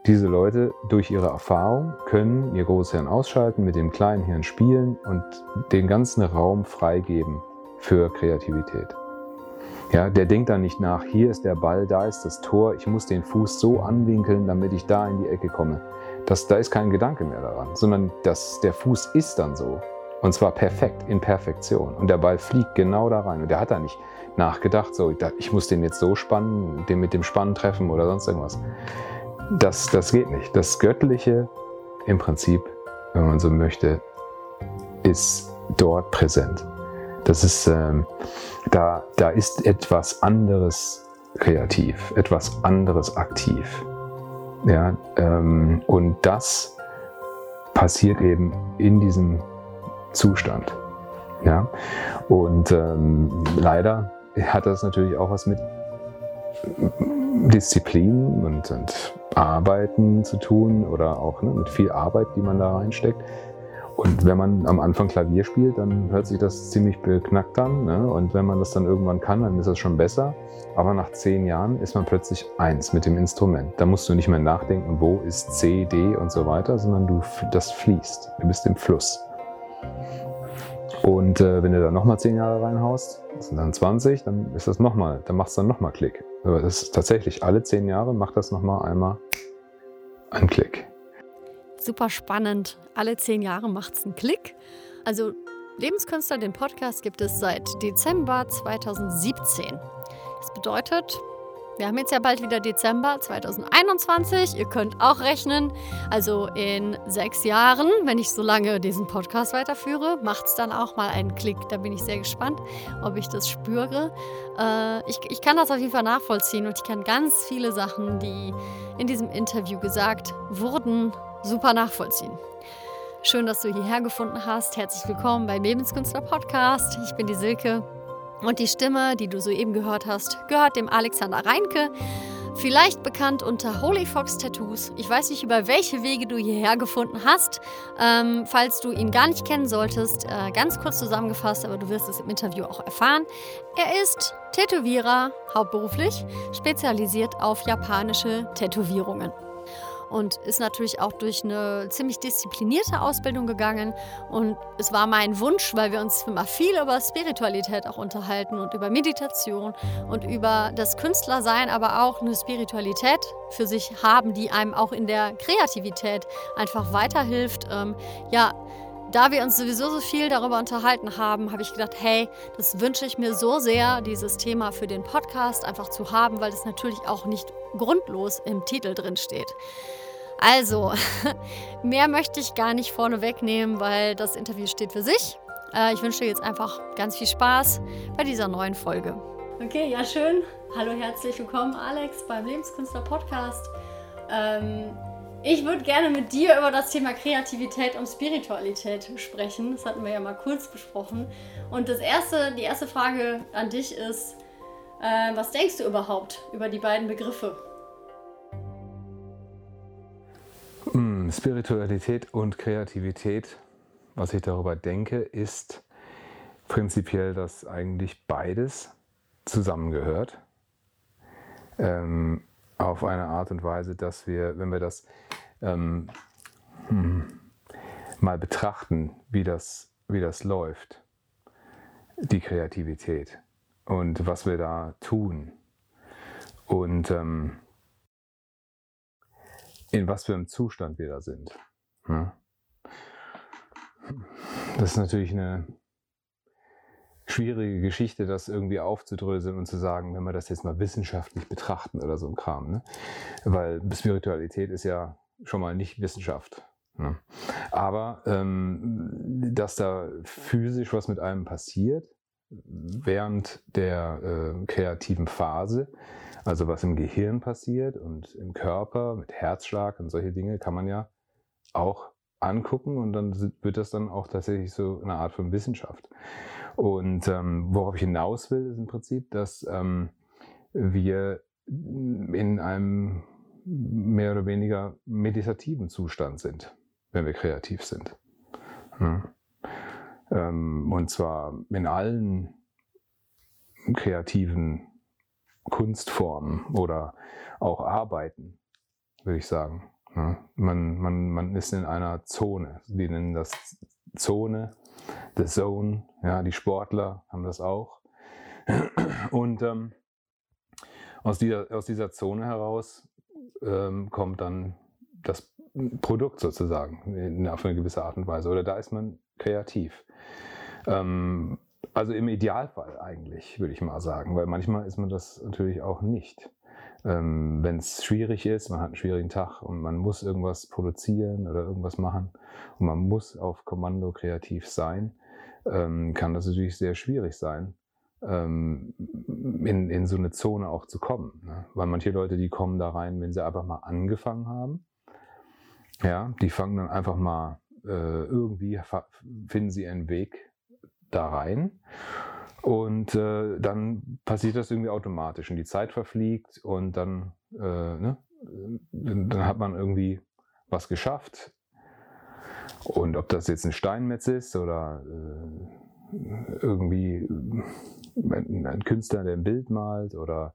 diese Leute durch ihre Erfahrung können ihr Großhirn ausschalten, mit dem kleinen Hirn spielen und den ganzen Raum freigeben für Kreativität. Ja, der denkt dann nicht nach, hier ist der Ball, da ist das Tor, ich muss den Fuß so anwinkeln, damit ich da in die Ecke komme. Da ist kein Gedanke mehr daran, sondern der Fuß ist dann so. Und zwar perfekt, in Perfektion. Und der Ball fliegt genau da rein. Und der hat da nicht nachgedacht, so, ich muss den jetzt so spannen, den mit dem Spannen treffen oder sonst irgendwas. Das geht nicht. Das Göttliche im Prinzip, wenn man so möchte, ist dort präsent. Das ist, da ist etwas anderes kreativ, etwas anderes aktiv. Ja, und das passiert eben in diesem Zustand. Ja? Und leider hat das natürlich auch was mit Disziplin und Arbeiten zu tun oder auch mit viel Arbeit, die man da reinsteckt. Und wenn man am Anfang Klavier spielt, dann hört sich das ziemlich beknackt an. Ne? Und wenn man das dann irgendwann kann, dann ist das schon besser. Aber nach 10 Jahren ist man plötzlich eins mit dem Instrument. Da musst du nicht mehr nachdenken, wo ist C, D und so weiter, sondern das fließt. Du bist im Fluss. Und wenn du da nochmal 10 Jahre reinhaust, das sind dann 20, dann ist das nochmal, dann macht es dann nochmal Klick. Aber das ist tatsächlich, alle 10 Jahre macht das nochmal einmal einen Klick. Super spannend. Alle 10 Jahre macht es einen Klick. Also Lebenskünstler, den Podcast gibt es seit Dezember 2017. Das bedeutet, wir haben jetzt ja bald wieder Dezember 2021. Ihr könnt auch rechnen. Also in 6 Jahren, wenn ich so lange diesen Podcast weiterführe, macht es dann auch mal einen Klick. Da bin ich sehr gespannt, ob ich das spüre. Ich kann das auf jeden Fall nachvollziehen und ich kann ganz viele Sachen, die in diesem Interview gesagt wurden, super nachvollziehen. Schön, dass du hierher gefunden hast. Herzlich willkommen beim Lebenskünstler Podcast. Ich bin die Silke und die Stimme, die du soeben gehört hast, gehört dem Alexander Reinke, vielleicht bekannt unter Holy Fox Tattoos. Ich weiß nicht, über welche Wege du hierher gefunden hast. Falls du ihn gar nicht kennen solltest, ganz kurz zusammengefasst, aber du wirst es im Interview auch erfahren. Er ist Tätowierer, hauptberuflich, spezialisiert auf japanische Tätowierungen. Und ist natürlich auch durch eine ziemlich disziplinierte Ausbildung gegangen. Und es war mein Wunsch, weil wir uns immer viel über Spiritualität auch unterhalten und über Meditation und über das Künstlersein, aber auch eine Spiritualität für sich haben, die einem auch in der Kreativität einfach weiterhilft. Da wir uns sowieso so viel darüber unterhalten haben, habe ich gedacht, hey, das wünsche ich mir so sehr, dieses Thema für den Podcast einfach zu haben, weil es natürlich auch nicht grundlos im Titel drin steht. Also, mehr möchte ich gar nicht vorne wegnehmen, weil das Interview steht für sich. Ich wünsche dir jetzt einfach ganz viel Spaß bei dieser neuen Folge. Okay, ja schön. Hallo, herzlich willkommen Alex beim Lebenskünstler Podcast. Ich würde gerne mit dir über das Thema Kreativität und Spiritualität sprechen. Das hatten wir ja mal kurz besprochen. Und die erste Frage an dich ist, was denkst du überhaupt über die beiden Begriffe? Spiritualität und Kreativität, was ich darüber denke, ist prinzipiell, dass eigentlich beides zusammengehört. Auf eine Art und Weise, dass wir, wenn wir das mal betrachten, wie das läuft, die Kreativität und was wir da tun und in was für einem Zustand wir da sind. Das ist natürlich eine schwierige Geschichte, das irgendwie aufzudröseln und zu sagen, wenn wir das jetzt mal wissenschaftlich betrachten oder so ein Kram. Ne? Weil Spiritualität ist ja schon mal nicht Wissenschaft. Ne? Aber dass da physisch was mit einem passiert, während der kreativen Phase, also was im Gehirn passiert und im Körper mit Herzschlag und solche Dinge, kann man ja auch angucken und dann wird das dann auch tatsächlich so eine Art von Wissenschaft. Und worauf ich hinaus will, ist im Prinzip, dass wir in einem mehr oder weniger meditativen Zustand sind, wenn wir kreativ sind. Und zwar in allen kreativen Kunstformen oder auch Arbeiten, würde ich sagen. Ja, man ist in einer Zone. Die nennen das Zone, the Zone. Ja, die Sportler haben das auch. Und aus dieser Zone heraus kommt dann das Produkt sozusagen auf eine gewisse Art und Weise. Oder da ist man kreativ. Also im Idealfall eigentlich, würde ich mal sagen, weil manchmal ist man das natürlich auch nicht. Wenn es schwierig ist, man hat einen schwierigen Tag und man muss irgendwas produzieren oder irgendwas machen und man muss auf Kommando kreativ sein, kann das natürlich sehr schwierig sein, in so eine Zone auch zu kommen. Ne? Weil manche Leute, die kommen da rein, wenn sie einfach mal angefangen haben. Ja, die fangen dann einfach mal irgendwie, finden sie einen Weg da rein. Und dann passiert das irgendwie automatisch und die Zeit verfliegt und dann hat man irgendwie was geschafft. Und ob das jetzt ein Steinmetz ist oder irgendwie ein Künstler, der ein Bild malt oder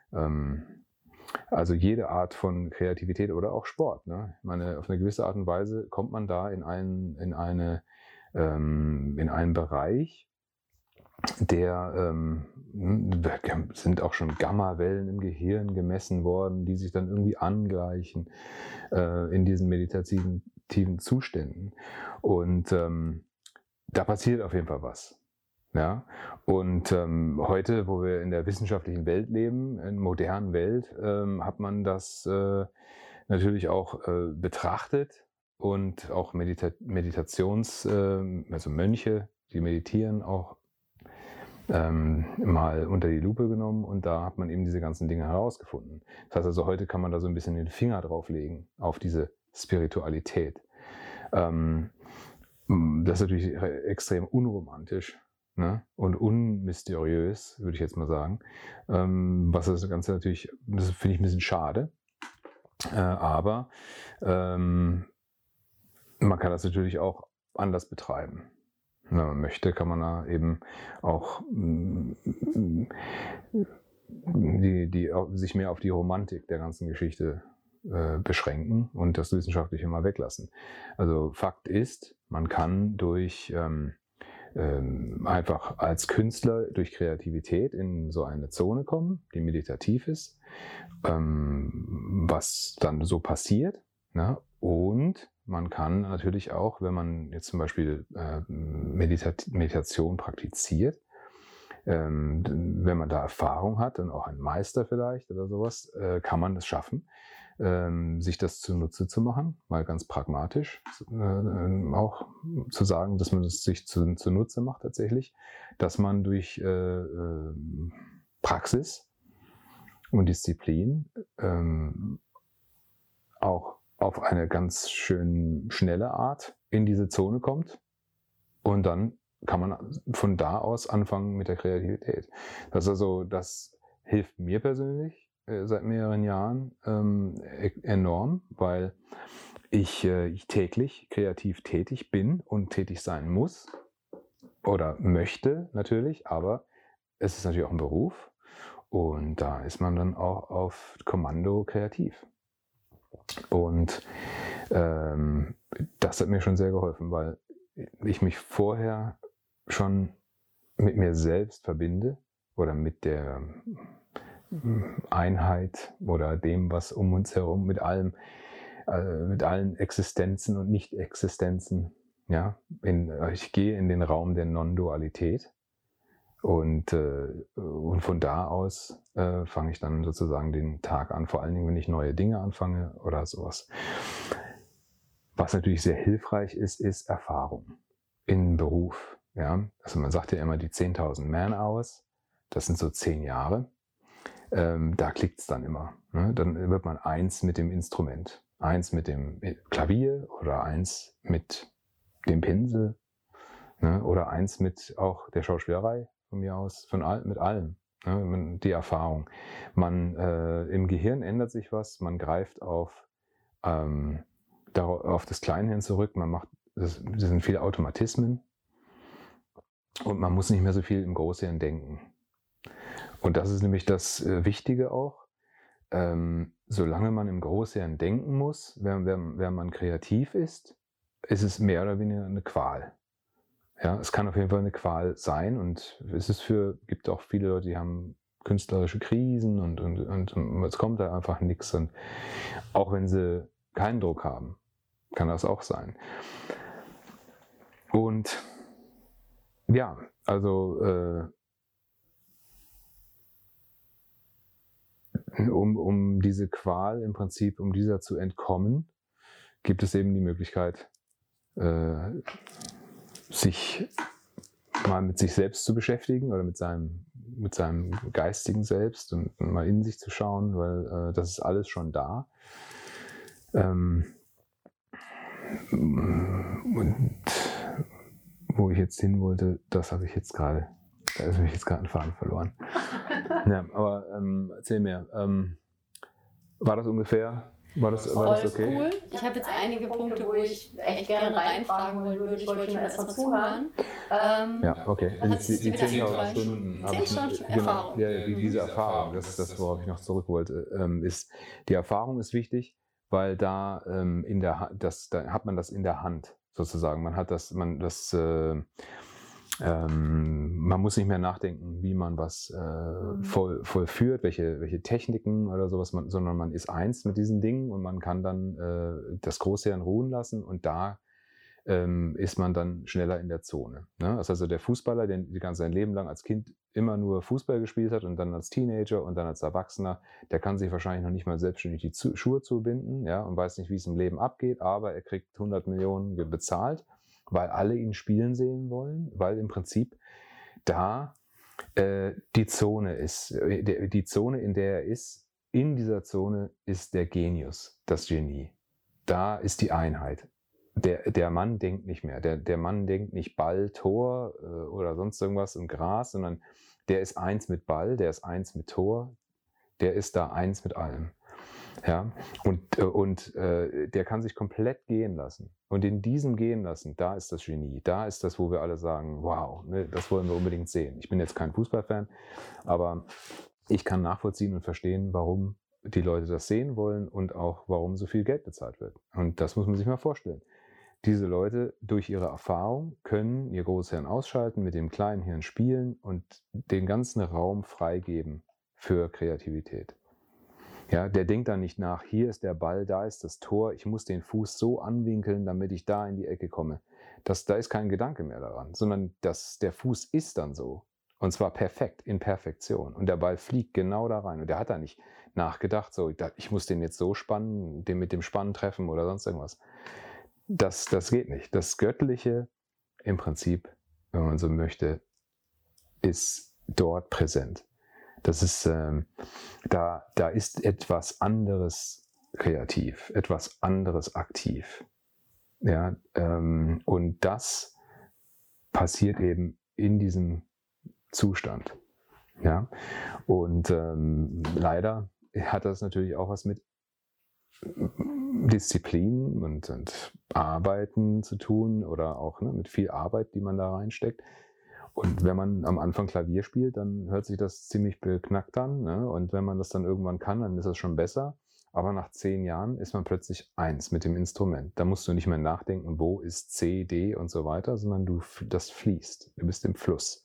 also jede Art von Kreativität oder auch Sport. Ne? Ich meine, auf eine gewisse Art und Weise kommt man da in einen Bereich, da sind auch schon Gammawellen im Gehirn gemessen worden, die sich dann irgendwie angleichen in diesen meditativen Zuständen. Und da passiert auf jeden Fall was. Ja? Und heute, wo wir in der wissenschaftlichen Welt leben, in der modernen Welt, hat man das natürlich auch betrachtet und auch also Mönche, die meditieren, auch mal unter die Lupe genommen und da hat man eben diese ganzen Dinge herausgefunden. Das heißt also, heute kann man da so ein bisschen den Finger drauf legen auf diese Spiritualität. Das ist natürlich extrem unromantisch, ne? Und unmysteriös, würde ich jetzt mal sagen. Was das Ganze natürlich, das finde ich ein bisschen schade. Aber man kann das natürlich auch anders betreiben. Wenn man möchte, kann man da eben auch sich mehr auf die Romantik der ganzen Geschichte beschränken und das Wissenschaftliche mal weglassen. Also Fakt ist, man kann durch einfach als Künstler durch Kreativität in so eine Zone kommen, die meditativ ist, was dann so passiert, ne? Und man kann natürlich auch, wenn man jetzt zum Beispiel Meditation praktiziert, wenn man da Erfahrung hat und auch ein Meister vielleicht oder sowas, kann man es schaffen, sich das zunutze zu machen, mal ganz pragmatisch auch zu sagen, dass man es sich zunutze macht tatsächlich, dass man durch Praxis und Disziplin auch auf eine ganz schön schnelle Art in diese Zone kommt und dann kann man von da aus anfangen mit der Kreativität. Das hilft mir persönlich seit mehreren Jahren enorm, weil ich täglich kreativ tätig bin und tätig sein muss oder möchte natürlich, aber es ist natürlich auch ein Beruf und da ist man dann auch auf Kommando kreativ. Und das hat mir schon sehr geholfen, weil ich mich vorher schon mit mir selbst verbinde oder mit der Einheit oder dem, was um uns herum, mit allen Existenzen und Nicht-Existenzen. Ja? Ich gehe in den Raum der Non-Dualität und von da aus fange ich dann sozusagen den Tag an, vor allen Dingen, wenn ich neue Dinge anfange oder sowas. Was natürlich sehr hilfreich ist, ist Erfahrung im Beruf. Ja? Also man sagt ja immer die 10.000 Man-Hours, das sind so 10 Jahre. Da klickt es dann immer. Ne? Dann wird man eins mit dem Instrument, eins mit dem Klavier oder eins mit dem Pinsel, ne? Oder eins mit auch der Schauspielerei von mir aus, mit allem. Ne? Die Erfahrung. Im Gehirn ändert sich was, man greift auf das Kleinhirn zurück, das sind viele Automatismen und man muss nicht mehr so viel im Großhirn denken. Und das ist nämlich das Wichtige auch. solange man im Großhirn denken muss, wenn man kreativ ist es mehr oder weniger eine Qual. Ja, es kann auf jeden Fall eine Qual sein und gibt auch viele Leute, die haben künstlerische Krisen und es kommt da einfach nichts. Und auch wenn sie keinen Druck haben, kann das auch sein. Und ja, also um diese Qual im Prinzip, um dieser zu entkommen, gibt es eben die Möglichkeit, sich mal mit sich selbst zu beschäftigen oder mit seinem geistigen Selbst und mal in sich zu schauen, weil das ist alles schon da. Und wo ich jetzt hin wollte, da habe ich jetzt gerade einen Faden verloren. Ja, aber erzähl mir, war das okay? Cool. Ich habe jetzt einige Punkte, wo ich echt gerne reinfragen wollen würde. Ich wollte schon erstmal zuhören. Ja, okay. Die 10.000 Stunden habe ich Erfahrung. Ja, diese Erfahrung, das ist das, worauf ich noch zurück wollte, die Erfahrung ist wichtig, weil da da hat man das in der Hand sozusagen. Man muss nicht mehr nachdenken, wie man was vollführt, welche Techniken oder sowas, sondern man ist eins mit diesen Dingen und man kann dann das Großhirn ruhen lassen und da ist man dann schneller in der Zone. Ne? Das ist also der Fußballer, der sein Leben lang als Kind immer nur Fußball gespielt hat und dann als Teenager und dann als Erwachsener, der kann sich wahrscheinlich noch nicht mal selbstständig die Schuhe zubinden, ja, und weiß nicht, wie es im Leben abgeht, aber er kriegt 100 Millionen bezahlt, weil alle ihn spielen sehen wollen, weil im Prinzip da die Zone ist. Die Zone, in der er ist, in dieser Zone ist der Genius, das Genie. Da ist die Einheit. Der Mann denkt nicht mehr. Der Mann denkt nicht Ball, Tor oder sonst irgendwas im Gras, sondern der ist eins mit Ball, der ist eins mit Tor, der ist da eins mit allem. Ja? Und der kann sich komplett gehen lassen. Und in diesem Gehen lassen, da ist das Genie. Da ist das, wo wir alle sagen, wow, ne, das wollen wir unbedingt sehen. Ich bin jetzt kein Fußballfan, aber ich kann nachvollziehen und verstehen, warum die Leute das sehen wollen und auch, warum so viel Geld bezahlt wird. Und das muss man sich mal vorstellen. Diese Leute durch ihre Erfahrung können ihr Großhirn ausschalten, mit dem kleinen Hirn spielen und den ganzen Raum freigeben für Kreativität. Ja, der denkt dann nicht nach, hier ist der Ball, da ist das Tor, ich muss den Fuß so anwinkeln, damit ich da in die Ecke komme. Da ist kein Gedanke mehr daran, sondern der Fuß ist dann so. Und zwar perfekt, in Perfektion. Und der Ball fliegt genau da rein. Und der hat da nicht nachgedacht, so, ich muss den jetzt so spannen, den mit dem Spannen treffen oder sonst irgendwas. Das geht nicht. Das Göttliche im Prinzip, wenn man so möchte, ist dort präsent. Das ist, da ist etwas anderes kreativ, etwas anderes aktiv. Ja, und das passiert eben in diesem Zustand. Ja, und leider hat das natürlich auch was mit Disziplin und Arbeiten zu tun oder auch mit viel Arbeit, die man da reinsteckt. Und wenn man am Anfang Klavier spielt, dann hört sich das ziemlich beknackt an. Ne? Und wenn man das dann irgendwann kann, dann ist das schon besser. Aber nach 10 Jahren ist man plötzlich eins mit dem Instrument. Da musst du nicht mehr nachdenken, wo ist C, D und so weiter, sondern das fließt. Du bist im Fluss.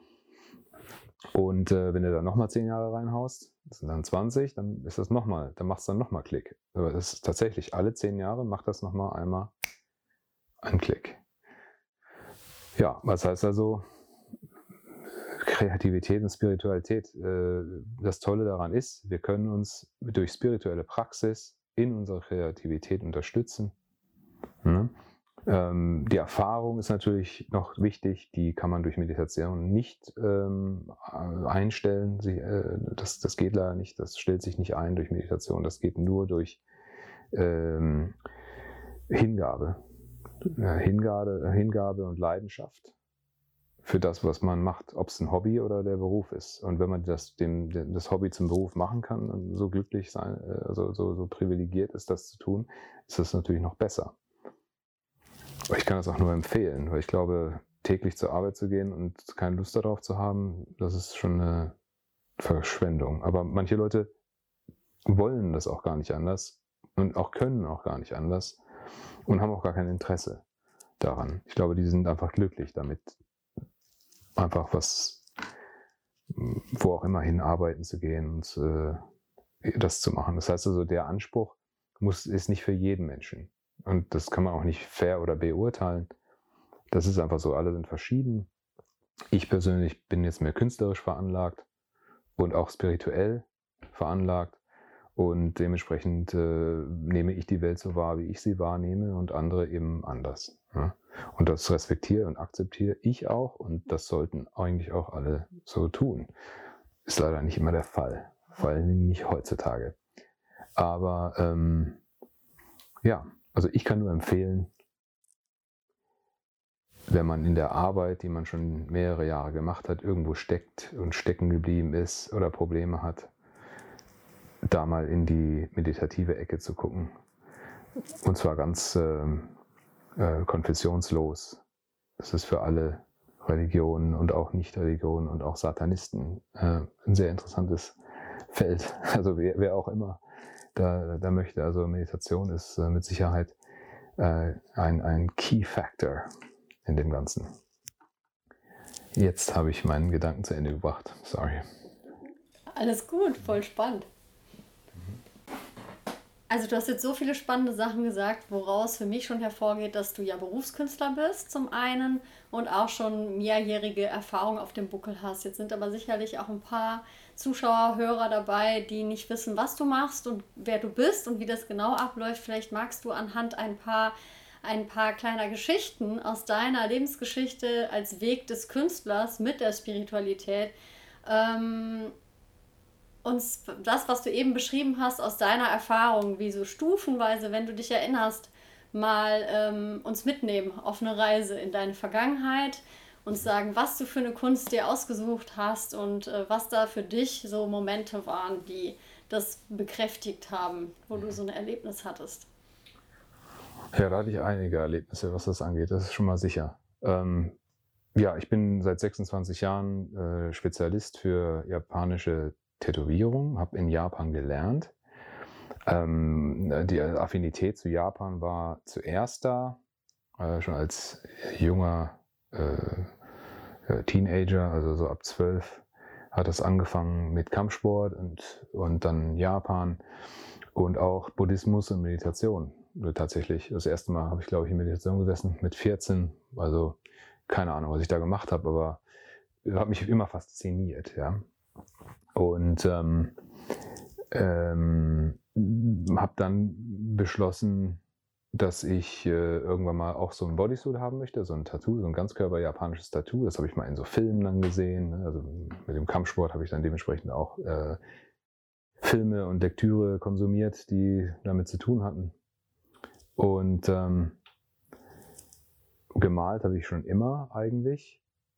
Und wenn du da nochmal 10 Jahre reinhaust, das sind dann 20, dann ist das nochmal, dann macht es dann nochmal Klick. Aber das ist tatsächlich, alle 10 Jahre macht das nochmal einmal einen Klick. Ja, was heißt also Kreativität und Spiritualität? Das Tolle daran ist, wir können uns durch spirituelle Praxis in unserer Kreativität unterstützen. Ne? Die Erfahrung ist natürlich noch wichtig, die kann man durch Meditation nicht einstellen. Das geht leider nicht, das stellt sich nicht ein durch Meditation, das geht nur durch Hingabe. Hingabe und Leidenschaft für das, was man macht, ob es ein Hobby oder der Beruf ist. Und wenn man das Hobby zum Beruf machen kann und so glücklich sein, also so privilegiert ist, das zu tun, ist das natürlich noch besser. Aber ich kann das auch nur empfehlen, weil ich glaube, täglich zur Arbeit zu gehen und keine Lust darauf zu haben, das ist schon eine Verschwendung. Aber manche Leute wollen das auch gar nicht anders und auch können auch gar nicht anders und haben auch gar kein Interesse daran. Ich glaube, die sind einfach glücklich damit, einfach wo auch immer hin arbeiten zu gehen und das zu machen. Das heißt also, der Anspruch ist nicht für jeden Menschen. Und das kann man auch nicht fair oder beurteilen. Das ist einfach so, alle sind verschieden. Ich persönlich bin jetzt mehr künstlerisch veranlagt und auch spirituell veranlagt. Und dementsprechend nehme ich die Welt so wahr, wie ich sie wahrnehme und andere eben anders. Ja? Und das respektiere und akzeptiere ich auch und das sollten eigentlich auch alle so tun. Ist leider nicht immer der Fall, vor allem nicht heutzutage. Aber ja, also ich kann nur empfehlen, wenn man in der Arbeit, die man schon mehrere Jahre gemacht hat, irgendwo steckt und stecken geblieben ist oder Probleme hat, da mal in die meditative Ecke zu gucken. Und zwar ganz konfessionslos. Das ist für alle Religionen und auch Nicht-Religionen und auch Satanisten ein sehr interessantes Feld. Also wer auch immer da möchte. Also Meditation ist mit Sicherheit ein Key Factor in dem Ganzen. Jetzt habe ich meinen Gedanken zu Ende gebracht. Sorry. Alles gut, voll spannend. Also du hast jetzt so viele spannende Sachen gesagt, woraus für mich schon hervorgeht, dass du ja Berufskünstler bist zum einen und auch schon mehrjährige Erfahrung auf dem Buckel hast. Jetzt sind aber sicherlich auch ein paar Zuschauer, Hörer dabei, die nicht wissen, was du machst und wer du bist und wie das genau abläuft. Vielleicht magst du anhand ein paar kleiner Geschichten aus deiner Lebensgeschichte als Weg des Künstlers mit der Spiritualität uns das, was du eben beschrieben hast, aus deiner Erfahrung, wie so stufenweise, wenn du dich erinnerst, mal uns mitnehmen auf eine Reise in deine Vergangenheit und sagen, was du für eine Kunst dir ausgesucht hast und was da für dich so Momente waren, die das bekräftigt haben, wo du so ein Erlebnis hattest. Ja, da hatte ich einige Erlebnisse, was das angeht, das ist schon mal sicher. Ja, ich bin seit 26 Jahren Spezialist für japanische Tätowierung, habe in Japan gelernt. Die Affinität zu Japan war zuerst da, schon als junger Teenager, also so ab 12, hat das angefangen mit Kampfsport und dann Japan und auch Buddhismus und Meditation. Tatsächlich, das erste Mal habe ich, glaube ich, in Meditation gesessen mit 14, also keine Ahnung, was ich da gemacht habe, aber hat mich immer fasziniert, ja. Und habe dann beschlossen, dass ich irgendwann mal auch so ein Bodysuit haben möchte, so ein Tattoo, so ein ganzkörper-japanisches Tattoo. Das habe ich mal in so Filmen dann gesehen. Also mit dem Kampfsport habe ich dann dementsprechend auch Filme und Lektüre konsumiert, die damit zu tun hatten. Und gemalt habe ich schon immer eigentlich.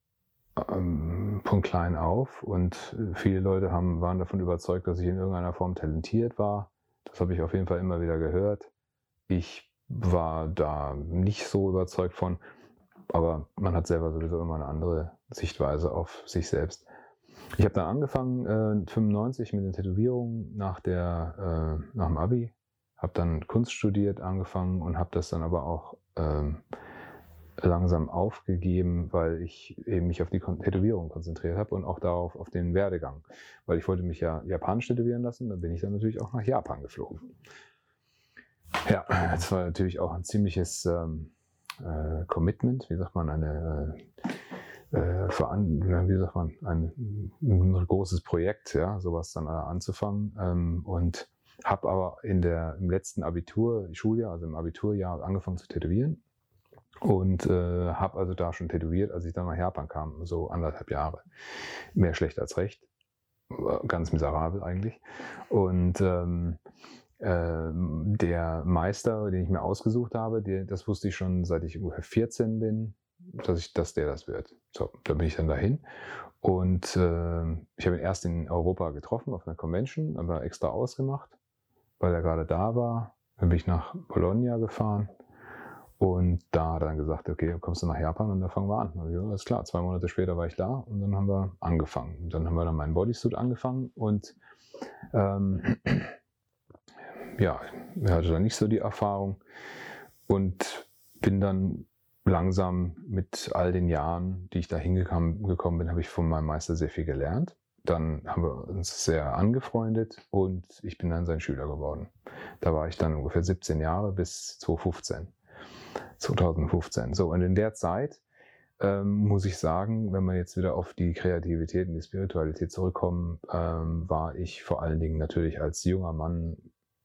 Von klein auf und viele Leute waren davon überzeugt, dass ich in irgendeiner Form talentiert war. Das habe ich auf jeden Fall immer wieder gehört. Ich war da nicht so überzeugt von, aber man hat selber sowieso immer eine andere Sichtweise auf sich selbst. Ich habe dann angefangen 1995 mit den Tätowierungen nach dem Abi, habe dann Kunst studiert, angefangen und habe das dann aber auch langsam aufgegeben, weil ich eben mich auf die Tätowierung konzentriert habe und auch darauf, auf den Werdegang. Weil ich wollte mich ja japanisch tätowieren lassen, dann bin ich dann natürlich auch nach Japan geflogen. Ja, das war natürlich auch ein ziemliches Commitment, wie sagt man, ein großes Projekt, ja, sowas dann anzufangen. Und habe aber im letzten Schuljahr, also im Abiturjahr, angefangen zu tätowieren. Und habe also da schon tätowiert, als ich dann nach Japan kam, so 1,5 Jahre. Mehr schlecht als recht. Ganz miserabel eigentlich. Und der Meister, den ich mir ausgesucht habe, das wusste ich schon, seit ich ungefähr 14 bin, dass der das wird. So, da bin ich dann dahin. Und ich habe ihn erst in Europa getroffen, auf einer Convention, aber extra ausgemacht, weil er gerade da war. Dann bin ich nach Bologna gefahren. Und da hat er dann gesagt, okay, kommst du nach Japan und da fangen wir an. Und ja, alles klar, 2 Monate später war ich da und dann haben wir angefangen. Und dann haben wir dann meinen Bodysuit angefangen und ja, hatte da nicht so die Erfahrung und bin dann langsam mit all den Jahren, die ich da hingekommen bin, habe ich von meinem Meister sehr viel gelernt. Dann haben wir uns sehr angefreundet und ich bin dann sein Schüler geworden. Da war ich dann ungefähr 17 Jahre bis 2015. So, und in der Zeit muss ich sagen, wenn wir jetzt wieder auf die Kreativität und die Spiritualität zurückkommen, war ich vor allen Dingen natürlich als junger Mann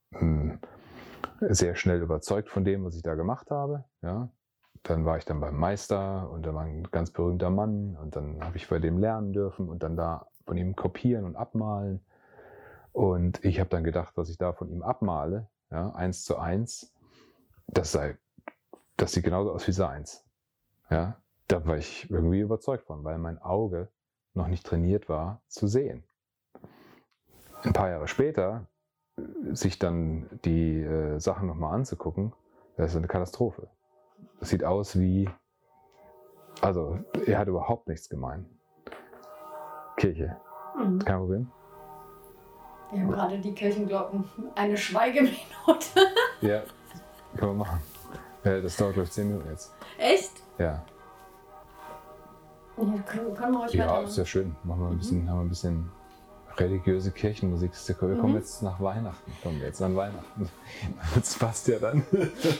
sehr schnell überzeugt von dem, was ich da gemacht habe. Ja. Dann war ich dann beim Meister und da war ein ganz berühmter Mann und dann habe ich bei dem lernen dürfen und dann da von ihm kopieren und abmalen. Und ich habe dann gedacht, was ich da von ihm abmale, ja, 1:1, das sieht genauso aus wie seins. Ja, da war ich irgendwie überzeugt von, weil mein Auge noch nicht trainiert war zu sehen. Ein paar Jahre später, sich dann die Sachen nochmal anzugucken, das ist eine Katastrophe. Es sieht aus wie, also er hat überhaupt nichts gemeint. Kirche, kein Problem. Wir haben gerade die Kirchenglocken, eine Schweigeminute. Ja, können wir machen. Das dauert, glaube ich, 10 Minuten jetzt. Echt? Ja. Ja, können wir euch Ja, weiter. ist ja schön. Machen wir haben wir ein bisschen religiöse Kirchenmusik. Wir kommen jetzt nach Weihnachten. Kommen wir jetzt an Weihnachten. Das passt ja dann.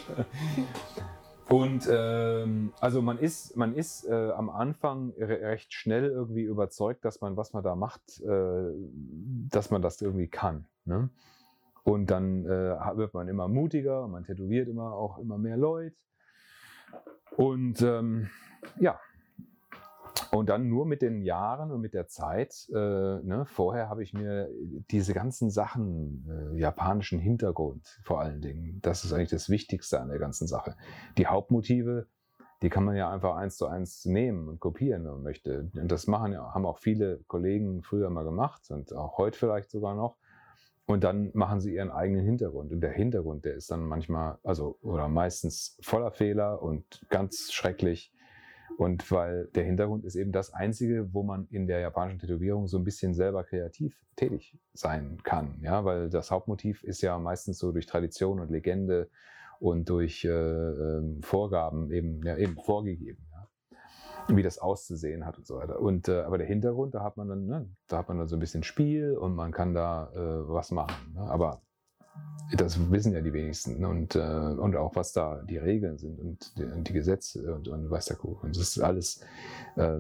Und also man ist am Anfang recht schnell irgendwie überzeugt, dass man, was man da macht, dass man das irgendwie kann. Ne? Und dann wird man immer mutiger, man tätowiert auch immer mehr Leute. Und ja. Und dann nur mit den Jahren und mit der Zeit, vorher habe ich mir diese ganzen Sachen, japanischen Hintergrund vor allen Dingen, das ist eigentlich das Wichtigste an der ganzen Sache. Die Hauptmotive, die kann man ja einfach 1:1 nehmen und kopieren, wenn man möchte. Und das haben auch viele Kollegen früher mal gemacht und auch heute vielleicht sogar noch. Und dann machen sie ihren eigenen Hintergrund. Und der Hintergrund, der ist dann manchmal, oder meistens voller Fehler und ganz schrecklich. Und weil der Hintergrund ist eben das Einzige, wo man in der japanischen Tätowierung so ein bisschen selber kreativ tätig sein kann. Ja, weil das Hauptmotiv ist ja meistens so durch Tradition und Legende und durch Vorgaben eben vorgegeben, ja, wie das auszusehen hat und so weiter. Und aber der Hintergrund, da hat man dann so ein bisschen Spiel und man kann da was machen. Ne? Aber das wissen ja die wenigsten und auch was da die Regeln sind und die Gesetze und weiß der Kuckuck. Und das ist alles, das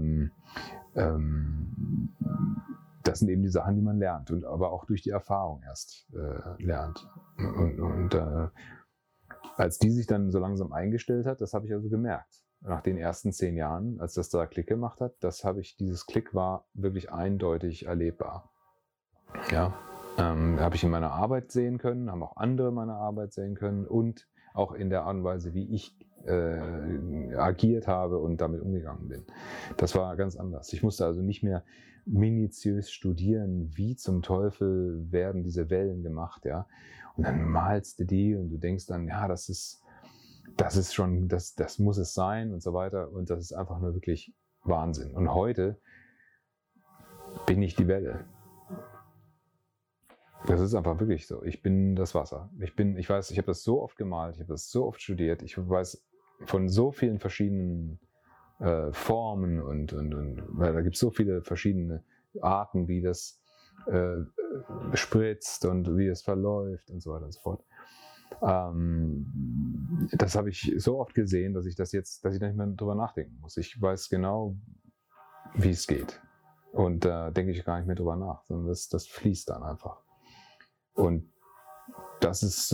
sind eben die Sachen, die man lernt und aber auch durch die Erfahrung erst lernt. Und als die sich dann so langsam eingestellt hat, das habe ich also gemerkt. Nach den ersten 10 Jahren, als das da Klick gemacht hat, dieses Klick war wirklich eindeutig erlebbar. Ja. Habe ich in meiner Arbeit sehen können, haben auch andere meine Arbeit sehen können und auch in der Art und Weise, wie ich agiert habe und damit umgegangen bin. Das war ganz anders. Ich musste also nicht mehr minutiös studieren, wie zum Teufel werden diese Wellen gemacht, ja. Und dann malst du die und du denkst dann, ja, das ist schon, das muss es sein und so weiter. Und das ist einfach nur wirklich Wahnsinn. Und heute bin ich die Welle. Das ist einfach wirklich so. Ich bin das Wasser. Ich weiß, ich habe das so oft gemalt, ich habe das so oft studiert. Ich weiß von so vielen verschiedenen Formen und weil da gibt es so viele verschiedene Arten, wie das spritzt und wie es verläuft und so weiter und so fort. Das habe ich so oft gesehen, dass ich da nicht mehr drüber nachdenken muss. Ich weiß genau, wie es geht. Und da denke ich gar nicht mehr drüber nach, sondern das fließt dann einfach. Und das ist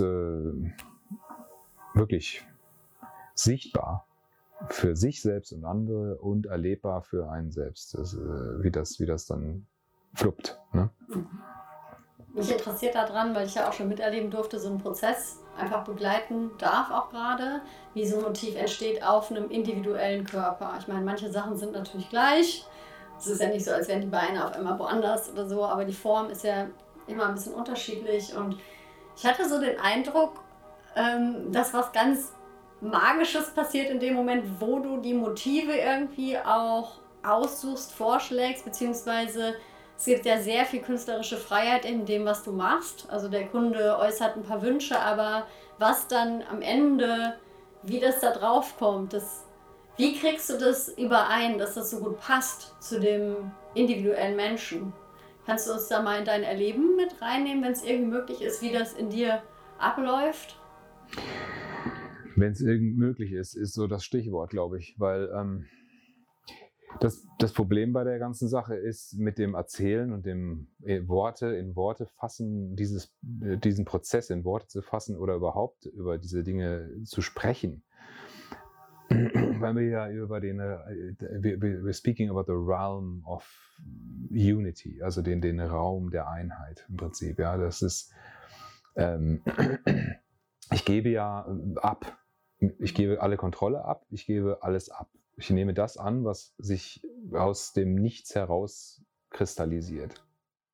wirklich sichtbar für sich selbst und andere und erlebbar für einen selbst, wie das dann fluppt. Ne? Mich interessiert daran, weil ich ja auch schon miterleben durfte, so einen Prozess einfach begleiten darf auch gerade, wie so ein Motiv entsteht auf einem individuellen Körper. Ich meine, manche Sachen sind natürlich gleich. Es ist ja nicht so, als wären die Beine auf einmal woanders oder so, aber die Form ist ja immer ein bisschen unterschiedlich und ich hatte so den Eindruck, dass was ganz Magisches passiert in dem Moment, wo du die Motive irgendwie auch aussuchst, vorschlägst, beziehungsweise Es gibt ja sehr viel künstlerische Freiheit in dem, was du machst. Also der Kunde äußert ein paar Wünsche, aber was dann am Ende, wie das da drauf kommt, wie kriegst du das überein, dass das so gut passt zu dem individuellen Menschen? Kannst du uns da mal in dein Erleben mit reinnehmen, wenn es irgendwie möglich ist, wie das in dir abläuft? Wenn es irgendwie möglich ist so das Stichwort, glaube ich, weil das Problem bei der ganzen Sache ist mit dem Erzählen und dem in Worte fassen, diesen Prozess in Worte zu fassen oder überhaupt über diese Dinge zu sprechen. Weil wir ja über we're speaking about the realm of unity, also den Raum der Einheit im Prinzip. Ja, das ist, ich gebe ja ab. Ich gebe alle Kontrolle ab, ich gebe alles ab. Ich nehme das an, was sich aus dem Nichts heraus kristallisiert.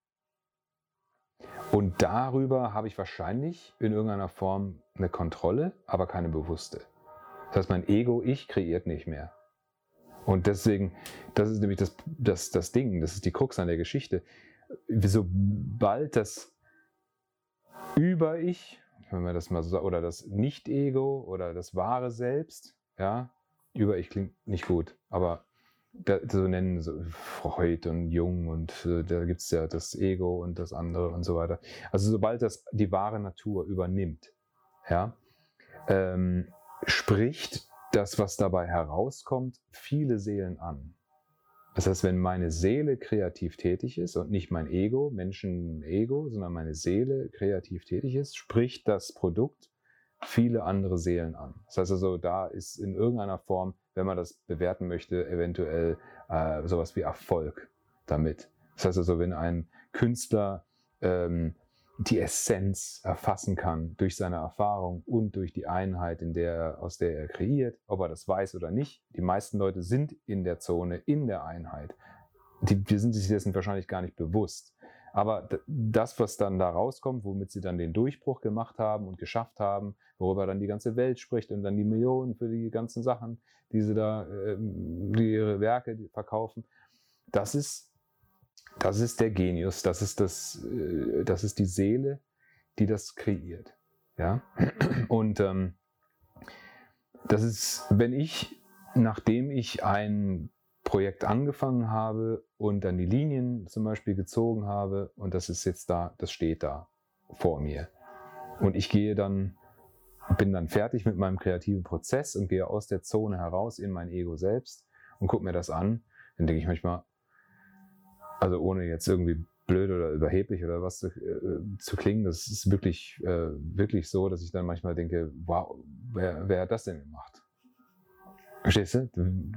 Und darüber habe ich wahrscheinlich in irgendeiner Form eine Kontrolle, aber keine bewusste. Das heißt, mein Ego, ich kreiert nicht mehr. Und deswegen, das ist nämlich das Ding, das ist die Krux an der Geschichte. Sobald das Über-Ich, wenn wir das mal so sagen, oder das Nicht-Ego oder das wahre Selbst, ja, Über-Ich klingt nicht gut, aber so nennen so Freud und Jung und da gibt es ja das Ego und das andere und so weiter. Also sobald das die wahre Natur übernimmt, ja, spricht das, was dabei herauskommt, viele Seelen an. Das heißt, wenn meine Seele kreativ tätig ist und nicht mein Ego, Menschen-Ego, sondern meine Seele kreativ tätig ist, spricht das Produkt viele andere Seelen an. Das heißt also, da ist in irgendeiner Form, wenn man das bewerten möchte, eventuell sowas wie Erfolg damit. Das heißt also, wenn ein Künstler die Essenz erfassen kann durch seine Erfahrung und durch die Einheit, aus der er kreiert, ob er das weiß oder nicht. Die meisten Leute sind in der Zone, in der Einheit. Die sind sich dessen wahrscheinlich gar nicht bewusst. Aber das, was dann da rauskommt, womit sie dann den Durchbruch gemacht haben und geschafft haben, worüber dann die ganze Welt spricht und dann die Millionen für die ganzen Sachen, die sie da, die ihre Werke verkaufen, das ist der Genius, das ist die Seele, die das kreiert. Ja? Und das ist, nachdem ich ein Projekt angefangen habe und dann die Linien zum Beispiel gezogen habe und das ist jetzt da, das steht da vor mir. Und ich bin dann fertig mit meinem kreativen Prozess und gehe aus der Zone heraus in mein Ego selbst und gucke mir das an. Dann denke ich manchmal, also ohne jetzt irgendwie blöd oder überheblich oder was zu klingen, das ist wirklich so, dass ich dann manchmal denke, wow, wer hat das denn gemacht? Verstehst du?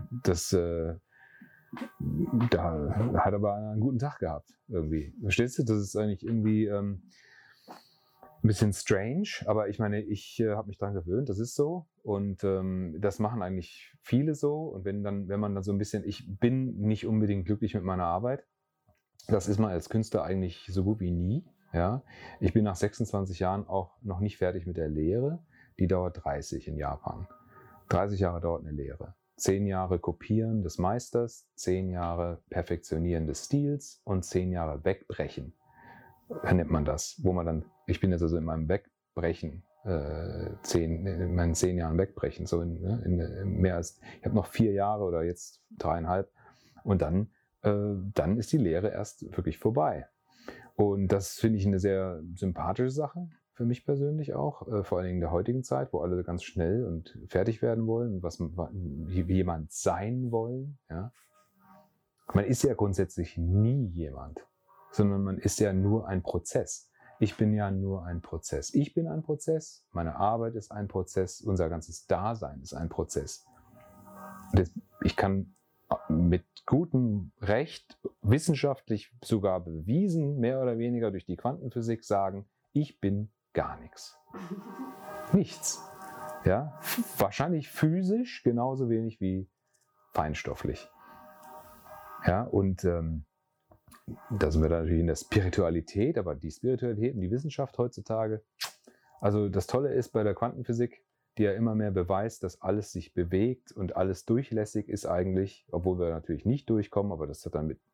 Da hat aber einen guten Tag gehabt irgendwie. Verstehst du? Das ist eigentlich irgendwie ein bisschen strange, aber ich meine, ich habe mich daran gewöhnt, das ist so und das machen eigentlich viele so und wenn man dann so ein bisschen, ich bin nicht unbedingt glücklich mit meiner Arbeit. Das ist man als Künstler eigentlich so gut wie nie. Ja? Ich bin nach 26 Jahren auch noch nicht fertig mit der Lehre. Die dauert 30 in Japan. 30 Jahre dauert eine Lehre. 10 Jahre Kopieren des Meisters, 10 Jahre Perfektionieren des Stils und 10 Jahre Wegbrechen. Nennt man das. Ich bin jetzt also in meinem Wegbrechen, in meinen 10 Jahren Wegbrechen. So ich habe noch 4 Jahre oder jetzt 3,5 und dann ist die Lehre erst wirklich vorbei. Und das finde ich eine sehr sympathische Sache, für mich persönlich auch, vor allen Dingen in der heutigen Zeit, wo alle ganz schnell und fertig werden wollen, wie jemand sein wollen. Ja? Man ist ja grundsätzlich nie jemand, sondern man ist ja nur ein Prozess. Ich bin ja nur ein Prozess. Ich bin ein Prozess, meine Arbeit ist ein Prozess, unser ganzes Dasein ist ein Prozess. Ich kann mit gutem Recht, wissenschaftlich sogar bewiesen, mehr oder weniger durch die Quantenphysik sagen, ich bin gar nichts. Nichts. Ja? Wahrscheinlich physisch genauso wenig wie feinstofflich. Ja, und da sind wir dann natürlich in der Spiritualität, aber die Spiritualität und die Wissenschaft heutzutage, also das Tolle ist bei der Quantenphysik, die ja immer mehr beweist, dass alles sich bewegt und alles durchlässig ist eigentlich, obwohl wir natürlich nicht durchkommen, aber das hat dann mit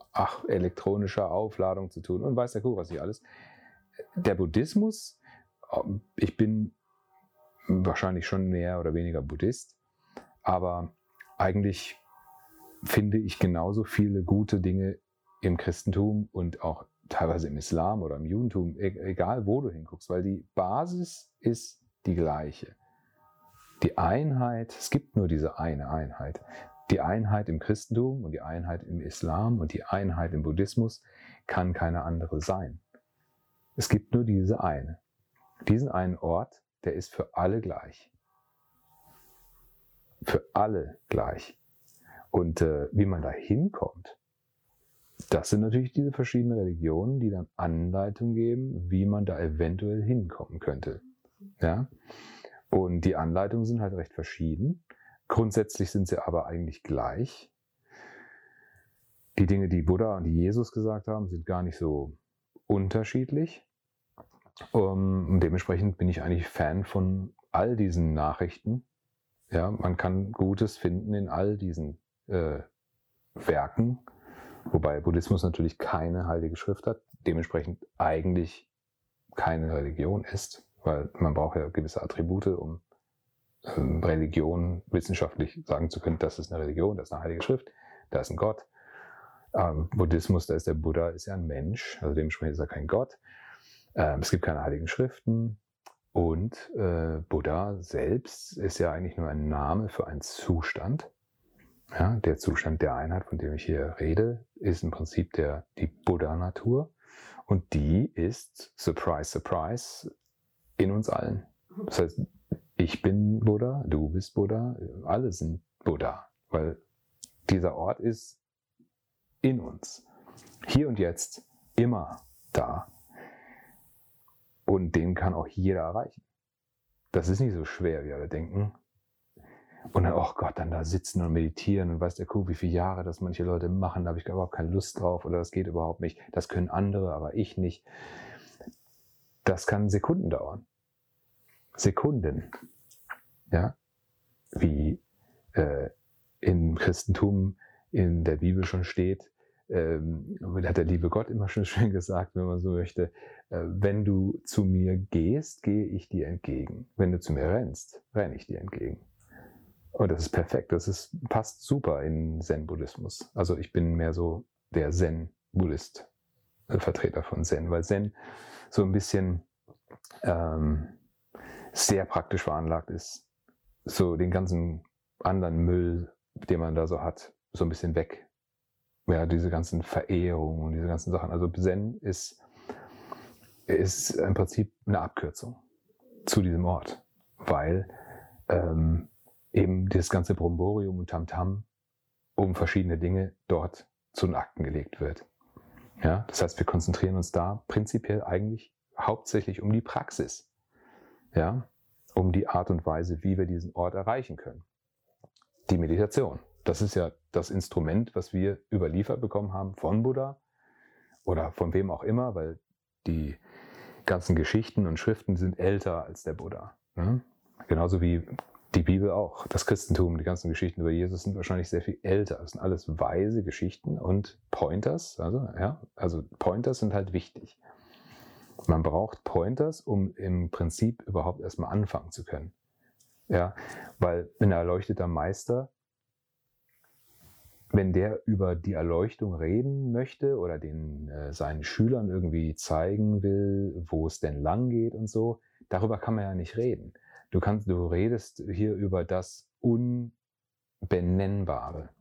elektronischer Aufladung zu tun und weiß der Kuh, was nicht alles. Der Buddhismus, ich bin wahrscheinlich schon mehr oder weniger Buddhist, aber eigentlich finde ich genauso viele gute Dinge im Christentum und auch teilweise im Islam oder im Judentum, egal wo du hinguckst, weil die Basis ist die gleiche. Die Einheit, es gibt nur diese eine Einheit. Die Einheit im Christentum und die Einheit im Islam und die Einheit im Buddhismus kann keine andere sein. Es gibt nur diese eine. Diesen einen Ort, der ist für alle gleich. Für alle gleich. Und wie man da hinkommt, das sind natürlich diese verschiedenen Religionen, die dann Anleitung geben, wie man da eventuell hinkommen könnte. Ja? Und die Anleitungen sind halt recht verschieden. Grundsätzlich sind sie aber eigentlich gleich. Die Dinge, die Buddha und die Jesus gesagt haben, sind gar nicht so unterschiedlich. Und dementsprechend bin ich eigentlich Fan von all diesen Nachrichten. Ja, man kann Gutes finden in all diesen Werken, wobei Buddhismus natürlich keine heilige Schrift hat, dementsprechend eigentlich keine Religion ist, weil man braucht ja gewisse Attribute, um Religion wissenschaftlich sagen zu können, das ist eine Religion, das ist eine heilige Schrift, da ist ein Gott. Buddhismus, da ist der Buddha, ist ja ein Mensch, also dementsprechend ist er kein Gott. Es gibt keine heiligen Schriften und Buddha selbst ist ja eigentlich nur ein Name für einen Zustand. Ja, der Zustand der Einheit, von dem ich hier rede, ist im Prinzip die Buddha-Natur und die ist, surprise, surprise, in uns allen. Das heißt, ich bin Buddha, du bist Buddha, alle sind Buddha, weil dieser Ort ist in uns, hier und jetzt, immer da. Und den kann auch jeder erreichen. Das ist nicht so schwer, wie alle denken. Und dann, oh Gott, dann da sitzen und meditieren und weiß der Kuh, wie viele Jahre das manche Leute machen, da habe ich überhaupt keine Lust drauf oder das geht überhaupt nicht. Das können andere, aber ich nicht. Das kann Sekunden dauern. Sekunden. Ja? Wie im Christentum in der Bibel schon steht, hat der liebe Gott immer schon schön gesagt, wenn man so möchte, wenn du zu mir gehst, gehe ich dir entgegen. Wenn du zu mir rennst, renne ich dir entgegen. Und das ist perfekt. Passt super in Zen-Buddhismus. Also ich bin mehr so der Zen-Buddhist, Vertreter von Zen, weil Zen so ein bisschen sehr praktisch veranlagt ist. So den ganzen anderen Müll, den man da so hat, so ein bisschen weg. Ja, diese ganzen Verehrungen und diese ganzen Sachen. Also Zen ist im Prinzip eine Abkürzung zu diesem Ort, weil eben das ganze Bromborium und Tamtam um verschiedene Dinge dort zu den Akten gelegt wird. Ja, das heißt, wir konzentrieren uns da prinzipiell eigentlich hauptsächlich um die Praxis, ja, um die Art und Weise, wie wir diesen Ort erreichen können. Die Meditation, das ist ja das Instrument, was wir überliefert bekommen haben von Buddha oder von wem auch immer, weil die ganzen Geschichten und Schriften sind älter als der Buddha. Ne? Genauso wie die Bibel auch, das Christentum, die ganzen Geschichten über Jesus sind wahrscheinlich sehr viel älter. Das sind alles weise Geschichten und Pointers. Also Pointers sind halt wichtig. Man braucht Pointers, um im Prinzip überhaupt erstmal anfangen zu können. Ja, weil ein erleuchteter Meister, wenn der über die Erleuchtung reden möchte oder seinen Schülern irgendwie zeigen will, wo es denn lang geht und so, darüber kann man ja nicht reden. Du redest hier über das Unbenennbare.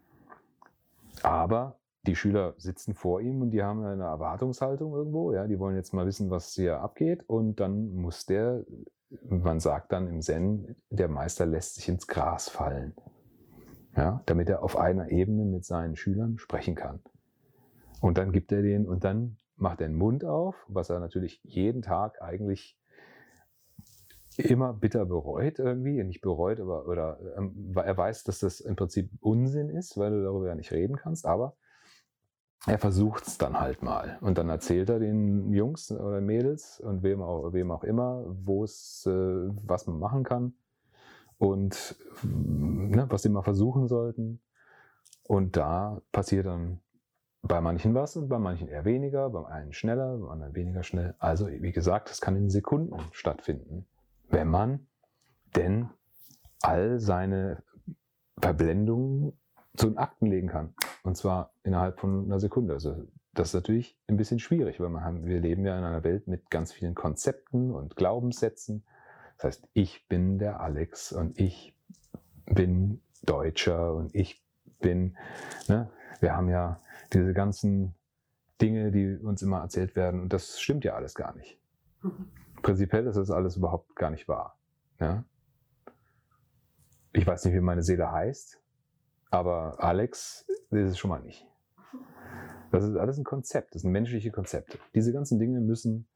Aber die Schüler sitzen vor ihm und die haben eine Erwartungshaltung irgendwo, ja, die wollen jetzt mal wissen, was hier abgeht und dann muss man sagt dann im Zen, der Meister lässt sich ins Gras fallen, ja, damit er auf einer Ebene mit seinen Schülern sprechen kann. Und dann gibt er und dann macht er den Mund auf, was er natürlich jeden Tag eigentlich immer bitter bereut irgendwie, nicht bereut, aber er weiß, dass das im Prinzip Unsinn ist, weil du darüber ja nicht reden kannst, aber er versucht es dann halt mal und dann erzählt er den Jungs oder Mädels und wem auch immer, was man machen kann und was sie mal versuchen sollten und da passiert dann bei manchen was und bei manchen eher weniger, beim einen schneller, beim anderen weniger schnell. Also wie gesagt, das kann in Sekunden stattfinden, wenn man denn all seine Verblendungen zu den Akten legen kann. Und zwar innerhalb von einer Sekunde. Also das ist natürlich ein bisschen schwierig, weil wir leben ja in einer Welt mit ganz vielen Konzepten und Glaubenssätzen. Das heißt, ich bin der Alex und ich bin Deutscher und ich bin, ne? Wir haben ja diese ganzen Dinge, die uns immer erzählt werden, und das stimmt ja alles gar nicht. Prinzipiell ist das alles überhaupt gar nicht wahr. Ja? Ich weiß nicht, wie meine Seele heißt, aber Alex ist es schon mal nicht. Das ist alles ein Konzept, das sind menschliche Konzepte. Diese ganzen Dinge müssen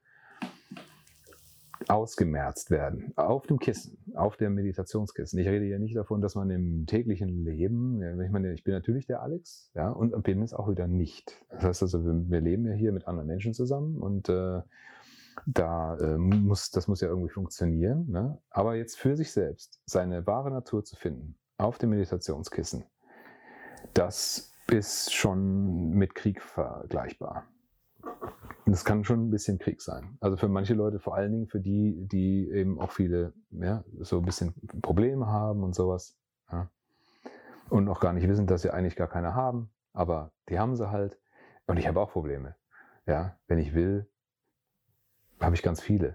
ausgemerzt werden. Auf dem Kissen, auf dem Meditationskissen. Ich rede hier nicht davon, dass man im täglichen Leben, ich meine, ich bin natürlich der Alex, ja, und bin es auch wieder nicht. Das heißt also, wir leben ja hier mit anderen Menschen zusammen und das muss ja irgendwie funktionieren. Ne? Aber jetzt für sich selbst seine wahre Natur zu finden, auf dem Meditationskissen, das ist schon mit Krieg vergleichbar. Das kann schon ein bisschen Krieg sein. Also für manche Leute, vor allen Dingen für die eben auch viele, ja, so ein bisschen Probleme haben und sowas. Ja. Und auch gar nicht wissen, dass sie eigentlich gar keine haben. Aber die haben sie halt. Und ich habe auch Probleme. Ja, wenn ich will, habe ich ganz viele.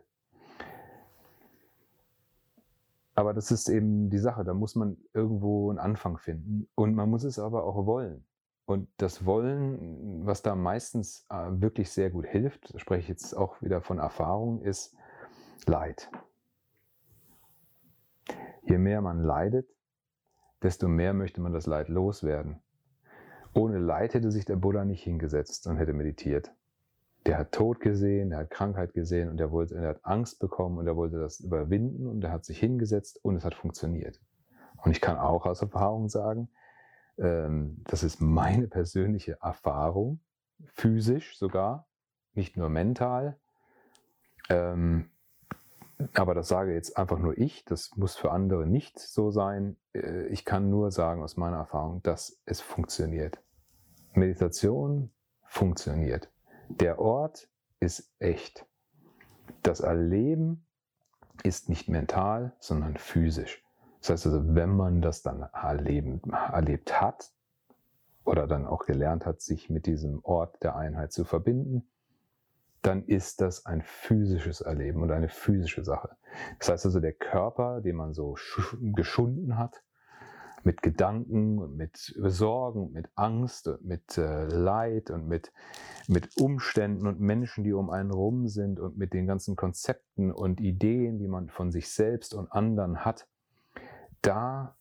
Aber das ist eben die Sache. Da muss man irgendwo einen Anfang finden. Und man muss es aber auch wollen. Und das Wollen, was da meistens wirklich sehr gut hilft, da spreche ich jetzt auch wieder von Erfahrung, ist Leid. Je mehr man leidet, desto mehr möchte man das Leid loswerden. Ohne Leid hätte sich der Buddha nicht hingesetzt und hätte meditiert. Der hat Tod gesehen, der hat Krankheit gesehen und er hat Angst bekommen und er wollte das überwinden und er hat sich hingesetzt und es hat funktioniert. Und ich kann auch aus Erfahrung sagen, das ist meine persönliche Erfahrung, physisch sogar, nicht nur mental. Aber das sage jetzt einfach nur ich, das muss für andere nicht so sein. Ich kann nur sagen aus meiner Erfahrung, dass es funktioniert. Meditation funktioniert. Der Ort ist echt. Das Erleben ist nicht mental, sondern physisch. Das heißt also, wenn man das dann erlebt hat oder dann auch gelernt hat, sich mit diesem Ort der Einheit zu verbinden, dann ist das ein physisches Erleben und eine physische Sache. Das heißt also, der Körper, den man so geschunden hat, mit Gedanken und mit Sorgen, mit Angst und mit Leid und mit Umständen und Menschen, die um einen rum sind und mit den ganzen Konzepten und Ideen, die man von sich selbst und anderen hat, der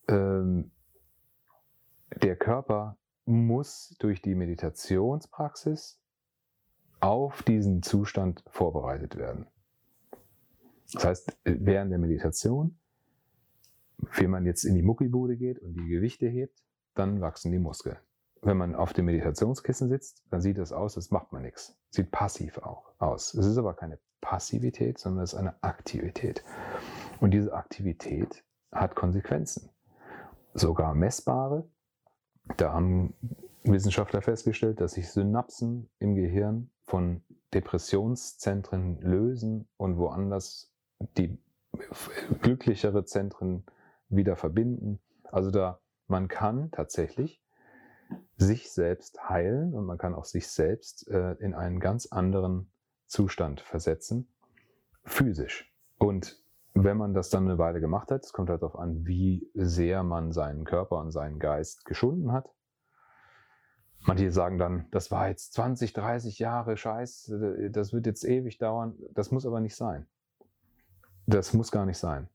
Körper muss durch die Meditationspraxis auf diesen Zustand vorbereitet werden. Das heißt, während der Meditation, wenn man jetzt in die Muckibude geht und die Gewichte hebt, dann wachsen die Muskeln. Wenn man auf dem Meditationskissen sitzt, dann sieht das aus, als macht man nichts. Sieht passiv auch aus. Es ist aber keine Passivität, sondern es ist eine Aktivität. Und diese Aktivität hat Konsequenzen. Sogar messbare. Da haben Wissenschaftler festgestellt, dass sich Synapsen im Gehirn von Depressionszentren lösen und woanders die glücklichere Zentren wieder verbinden. Also man kann tatsächlich sich selbst heilen und man kann auch sich selbst in einen ganz anderen Zustand versetzen, physisch. Und wenn man das dann eine Weile gemacht hat, es kommt halt darauf an, wie sehr man seinen Körper und seinen Geist geschunden hat. Manche sagen dann, das war jetzt 20, 30 Jahre Scheiß, das wird jetzt ewig dauern. Das muss aber nicht sein. Das muss gar nicht sein.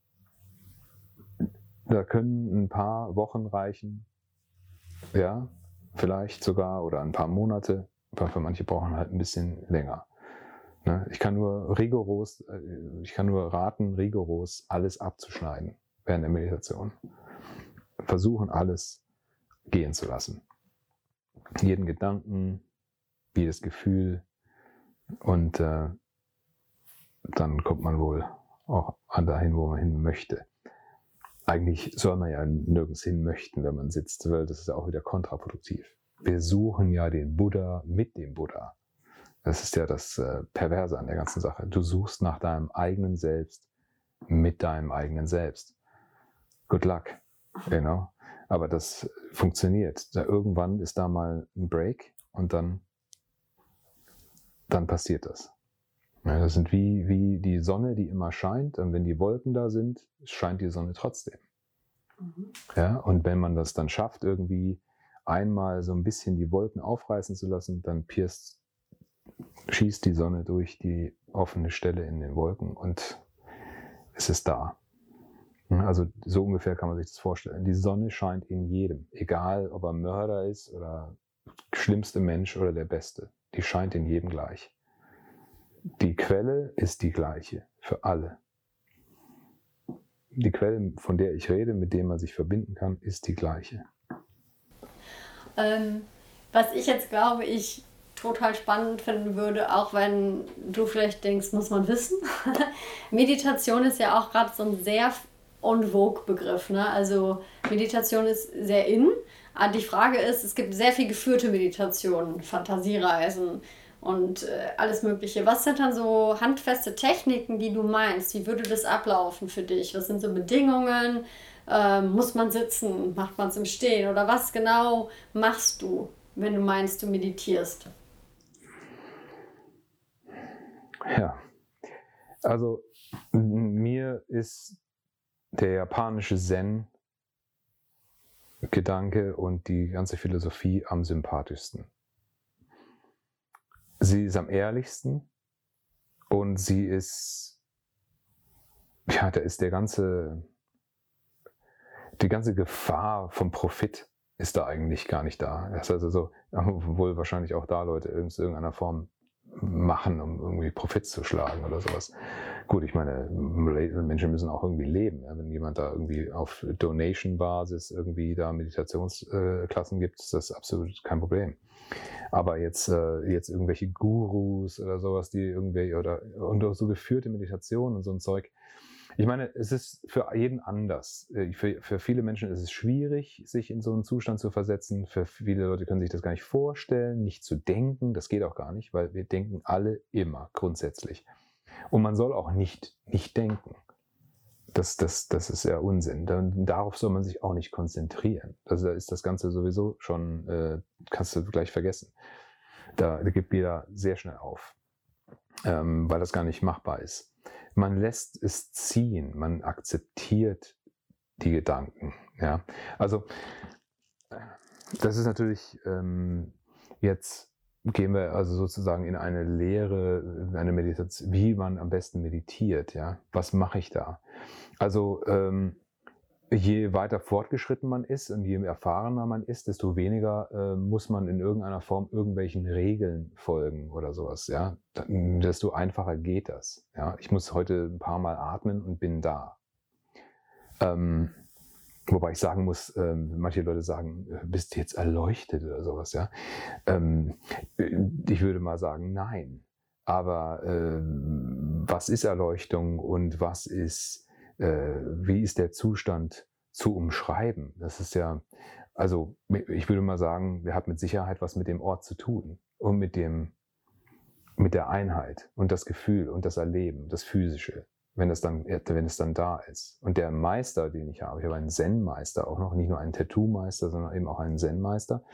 Da können ein paar Wochen reichen, ja, vielleicht sogar, oder ein paar Monate, aber für manche brauchen halt ein bisschen länger. Ich kann nur raten, rigoros alles abzuschneiden während der Meditation. Versuchen, alles gehen zu lassen. Jeden Gedanken, jedes Gefühl, und dann kommt man wohl auch dahin, wo man hin möchte. Eigentlich soll man ja nirgends hin möchten, wenn man sitzt, weil das ist ja auch wieder kontraproduktiv. Wir suchen ja den Buddha mit dem Buddha. Das ist ja das Perverse an der ganzen Sache. Du suchst nach deinem eigenen Selbst mit deinem eigenen Selbst. Good luck, Aber das funktioniert. Irgendwann ist da mal ein Break und dann passiert das. Ja, das sind wie die Sonne, die immer scheint. Und wenn die Wolken da sind, scheint die Sonne trotzdem. Ja, und wenn man das dann schafft, irgendwie einmal so ein bisschen die Wolken aufreißen zu lassen, dann schießt die Sonne durch die offene Stelle in den Wolken und es ist da. Also so ungefähr kann man sich das vorstellen. Die Sonne scheint in jedem, egal ob er Mörder ist oder schlimmste Mensch oder der Beste. Die scheint in jedem gleich. Die Quelle ist die gleiche für alle. Die Quelle, von der ich rede, mit der man sich verbinden kann, ist die gleiche. Was ich jetzt glaube, ich total spannend finden würde, auch wenn du vielleicht denkst, muss man wissen. Meditation ist ja auch gerade so ein sehr en vogue Begriff. Ne? Also Meditation ist sehr in. Aber die Frage ist, es gibt sehr viel geführte Meditationen, Fantasiereisen und alles Mögliche. Was sind dann so handfeste Techniken, die du meinst? Wie würde das ablaufen für dich? Was sind so Bedingungen? Muss man sitzen? Macht man es im Stehen? Oder was genau machst du, wenn du meinst, du meditierst? Ja, also mir ist der japanische Zen-Gedanke und die ganze Philosophie am sympathischsten. Sie ist am ehrlichsten und sie ist, da ist die ganze Gefahr vom Profit ist da eigentlich gar nicht da. Das heißt also, obwohl wahrscheinlich auch da Leute in irgendeiner Form machen, um irgendwie Profit zu schlagen oder sowas. Gut, ich meine, Menschen müssen auch irgendwie leben. Wenn jemand da irgendwie auf Donation-Basis irgendwie da Meditationsklassen gibt, ist das absolut kein Problem. Aber jetzt irgendwelche Gurus oder sowas, und so geführte Meditation und so ein Zeug. Ich meine, es ist für jeden anders. Für viele Menschen ist es schwierig, sich in so einen Zustand zu versetzen. Für viele Leute können sich das gar nicht vorstellen, nicht zu denken. Das geht auch gar nicht, weil wir denken alle immer grundsätzlich. Und man soll auch nicht denken. Das ist ja Unsinn. Darauf soll man sich auch nicht konzentrieren. Da ist das Ganze sowieso schon, kannst du gleich vergessen. Da gibt jeder sehr schnell auf, weil das gar nicht machbar ist. Man lässt es ziehen, man akzeptiert die Gedanken. Ja? Also das ist natürlich, jetzt gehen wir also sozusagen in eine Lehre, eine Meditation, wie man am besten meditiert. Ja? Was mache ich da? Also je weiter fortgeschritten man ist und je erfahrener man ist, desto weniger muss man in irgendeiner Form irgendwelchen Regeln folgen oder sowas. Ja? Desto einfacher geht das. Ja? Ich muss heute ein paar Mal atmen und bin da. Wobei ich sagen muss, manche Leute sagen, bist du jetzt erleuchtet oder sowas. Ja? Ich würde mal sagen, nein. Aber was ist Erleuchtung und wie ist der Zustand zu umschreiben? Das ist ja, also ich würde mal sagen, der hat mit Sicherheit was mit dem Ort zu tun und mit der Einheit und das Gefühl und das Erleben, das Physische, wenn es dann da ist. Und der Meister, den ich habe einen Zen-Meister auch noch, nicht nur einen Tattoo-Meister, sondern eben auch einen Zen-Meister.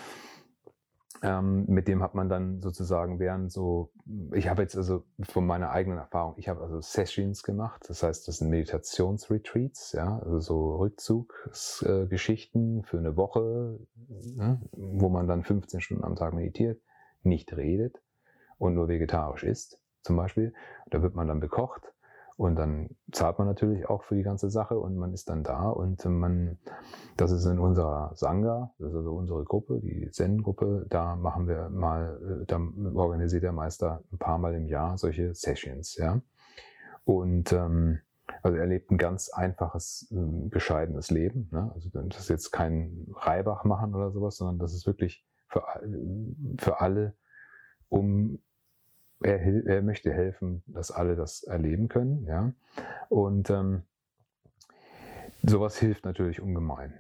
Mit dem hat man dann sozusagen ich habe jetzt also von meiner eigenen Erfahrung, ich habe also Sessions gemacht, das heißt, das sind Meditationsretreats, ja, also so Rückzugsgeschichten für eine Woche, wo man dann 15 Stunden am Tag meditiert, nicht redet und nur vegetarisch isst, zum Beispiel. Da wird man dann bekocht und dann zahlt man natürlich auch für die ganze Sache und man ist dann da und das ist in unserer Sangha, das ist also unsere Gruppe, die Zen-Gruppe, da organisiert der Meister ein paar Mal im Jahr solche Sessions, ja. Und also er lebt ein ganz einfaches, bescheidenes Leben, ne? Also das ist jetzt kein Reibach machen oder sowas, sondern das ist wirklich für alle, er möchte helfen, dass alle das erleben können, ja. Und sowas hilft natürlich ungemein.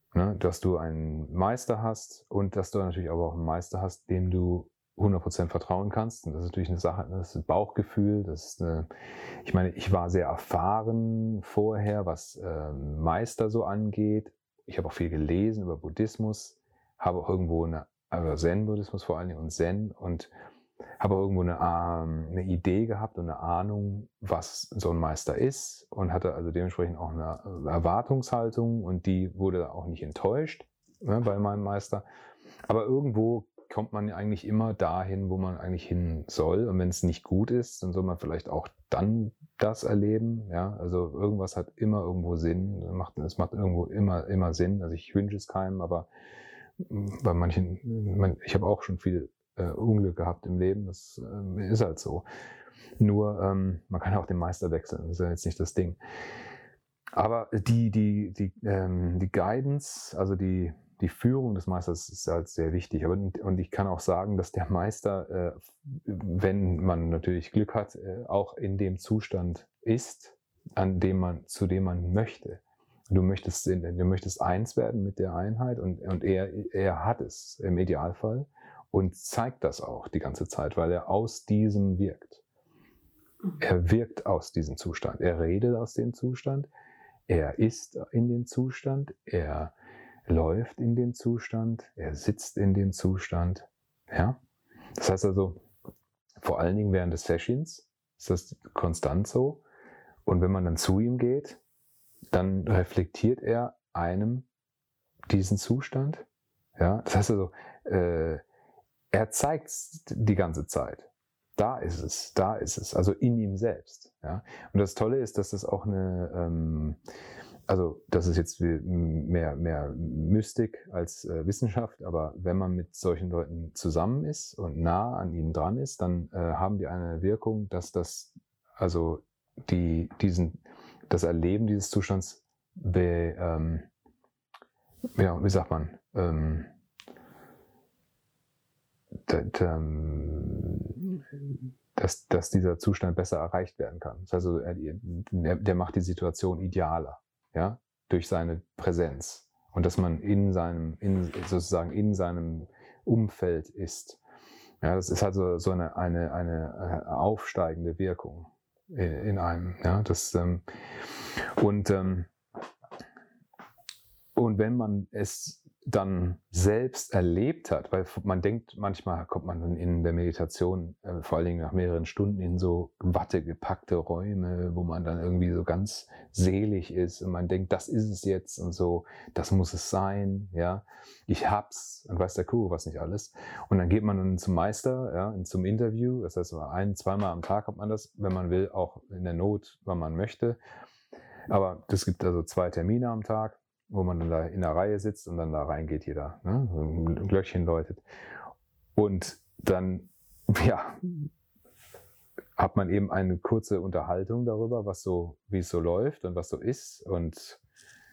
Ne? Dass du einen Meister hast und dass du natürlich aber auch einen Meister hast, dem du 100% vertrauen kannst. Und das ist natürlich eine Sache, das ist ein Bauchgefühl. Ich meine, ich war sehr erfahren vorher, was Meister so angeht. Ich habe auch viel gelesen über Buddhismus, habe auch irgendwo also Zen-Buddhismus vor allen Dingen und Zen und habe auch irgendwo eine Idee gehabt und eine Ahnung, was so ein Meister ist und hatte also dementsprechend auch eine Erwartungshaltung und die wurde auch nicht enttäuscht, ne, bei meinem Meister. Aber irgendwo kommt man ja eigentlich immer dahin, wo man eigentlich hin soll. Und wenn es nicht gut ist, dann soll man vielleicht auch dann das erleben. Ja, also irgendwas hat immer irgendwo Sinn. Es macht irgendwo immer Sinn. Also ich wünsche es keinem, aber bei manchen, ich habe auch schon viel Unglück gehabt im Leben. Das ist halt so. Nur man kann auch den Meister wechseln. Das ist ja jetzt nicht das Ding. Aber die Guidance, also die Führung des Meisters ist halt sehr wichtig. Und ich kann auch sagen, dass der Meister, wenn man natürlich Glück hat, auch in dem Zustand ist, zu dem man möchte. Du möchtest eins werden mit der Einheit und er hat es im Idealfall und zeigt das auch die ganze Zeit, weil er aus diesem wirkt. Er wirkt aus diesem Zustand. Er redet aus dem Zustand. Er ist in dem Zustand. Er läuft in dem Zustand. Er sitzt in dem Zustand. Ja? Das heißt also, vor allen Dingen während des Sessions ist das konstant so. Und wenn man dann zu ihm geht, dann reflektiert er einem diesen Zustand. Ja? Das heißt also, er zeigt es die ganze Zeit. Da ist es, also in ihm selbst. Ja? Und das Tolle ist, dass das auch also das ist jetzt mehr Mystik als Wissenschaft, aber wenn man mit solchen Leuten zusammen ist und nah an ihnen dran ist, dann haben die eine Wirkung, dass das Erleben dieses Zustands wie sagt man, dass dieser Zustand besser erreicht werden kann. Das heißt also, der macht die Situation idealer, ja, durch seine Präsenz und dass man in seinem Umfeld ist. Ja, das ist also so eine aufsteigende Wirkung in einem. Ja, und wenn man es dann selbst erlebt hat, weil man denkt, manchmal kommt man dann in der Meditation, vor allen Dingen nach mehreren Stunden, in so wattegepackte Räume, wo man dann irgendwie so ganz selig ist und man denkt, das ist es jetzt und so, das muss es sein, ja, ich hab's und weiß der Kuh was nicht alles. Und dann geht man dann zum Meister, ja, zum Interview, das heißt, zweimal am Tag hat man das, wenn man will, auch in der Not, wann man möchte. Aber es gibt also 2 Termine am Tag, wo man dann da in der Reihe sitzt und dann da reingeht jeder, ne? Ein Glöckchen läutet. Und dann, ja, hat man eben eine kurze Unterhaltung darüber, wie es so läuft und was so ist. Und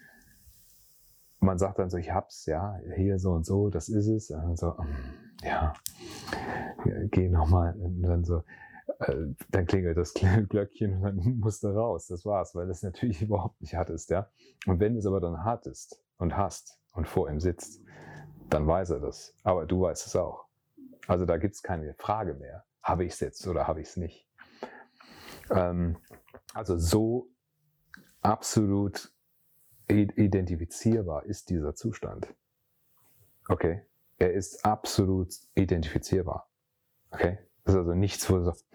man sagt dann so, ich hab's, ja, hier so und so, das ist es. Und so, ja, geh nochmal. Und dann so, dann klingelt das Glöckchen und dann musst du raus. Das war's, weil das natürlich überhaupt nicht hattest, ja. Und wenn du es aber dann hattest und hast und vor ihm sitzt, dann weiß er das. Aber du weißt es auch. Also da gibt's keine Frage mehr. Habe ich es jetzt oder habe ich es nicht? Also so absolut identifizierbar ist dieser Zustand. Okay? Er ist absolut identifizierbar. Okay? Das ist also nichts, wo du sagst,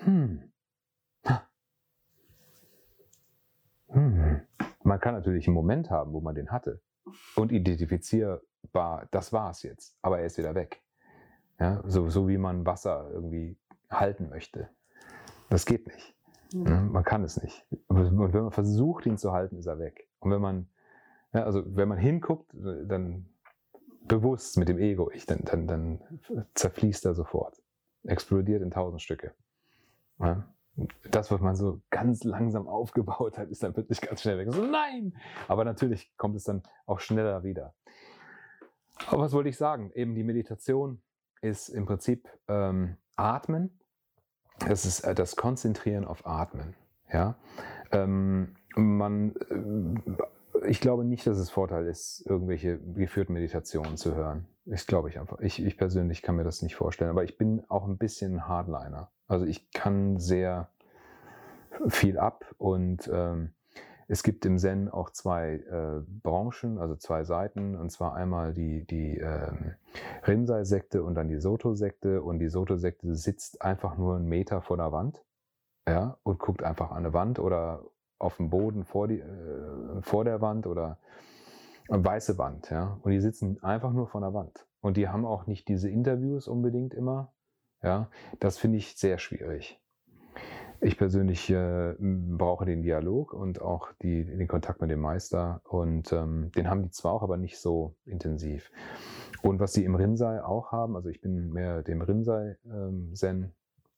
Man kann natürlich einen Moment haben, wo man den hatte und identifizierbar, das war's jetzt, aber er ist wieder weg. Ja, so wie man Wasser irgendwie halten möchte. Das geht nicht. Man kann es nicht. Und wenn man versucht, ihn zu halten, ist er weg. Und wenn man hinguckt, dann bewusst mit dem Ego, dann zerfließt er sofort. Explodiert in 1000 Stücke. Ja? Das, was man so ganz langsam aufgebaut hat, ist dann plötzlich ganz schnell weg. So, nein! Aber natürlich kommt es dann auch schneller wieder. Aber was wollte ich sagen? Eben die Meditation ist im Prinzip Atmen. Es ist das Konzentrieren auf Atmen. Ja? ich glaube nicht, dass es Vorteil ist, irgendwelche geführten Meditationen zu hören. Das glaube ich einfach. Ich persönlich kann mir das nicht vorstellen. Aber ich bin auch ein bisschen Hardliner. Also ich kann sehr viel ab und es gibt im Zen auch zwei Branchen, also zwei Seiten, und zwar einmal die Rinzai-Sekte und dann die Soto-Sekte. Und die Soto-Sekte sitzt einfach nur 1 Meter vor der Wand, ja, und guckt einfach an eine Wand oder auf dem Boden vor der Wand oder eine weiße Wand, ja. Und die sitzen einfach nur vor der Wand. Und die haben auch nicht diese Interviews unbedingt immer, ja. Das finde ich sehr schwierig. Ich persönlich brauche den Dialog und auch den Kontakt mit dem Meister und den haben die zwar auch, aber nicht so intensiv. Und was die im Rinzai auch haben, also ich bin mehr dem Rinzai Zen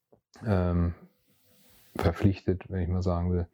verpflichtet, wenn ich mal sagen will,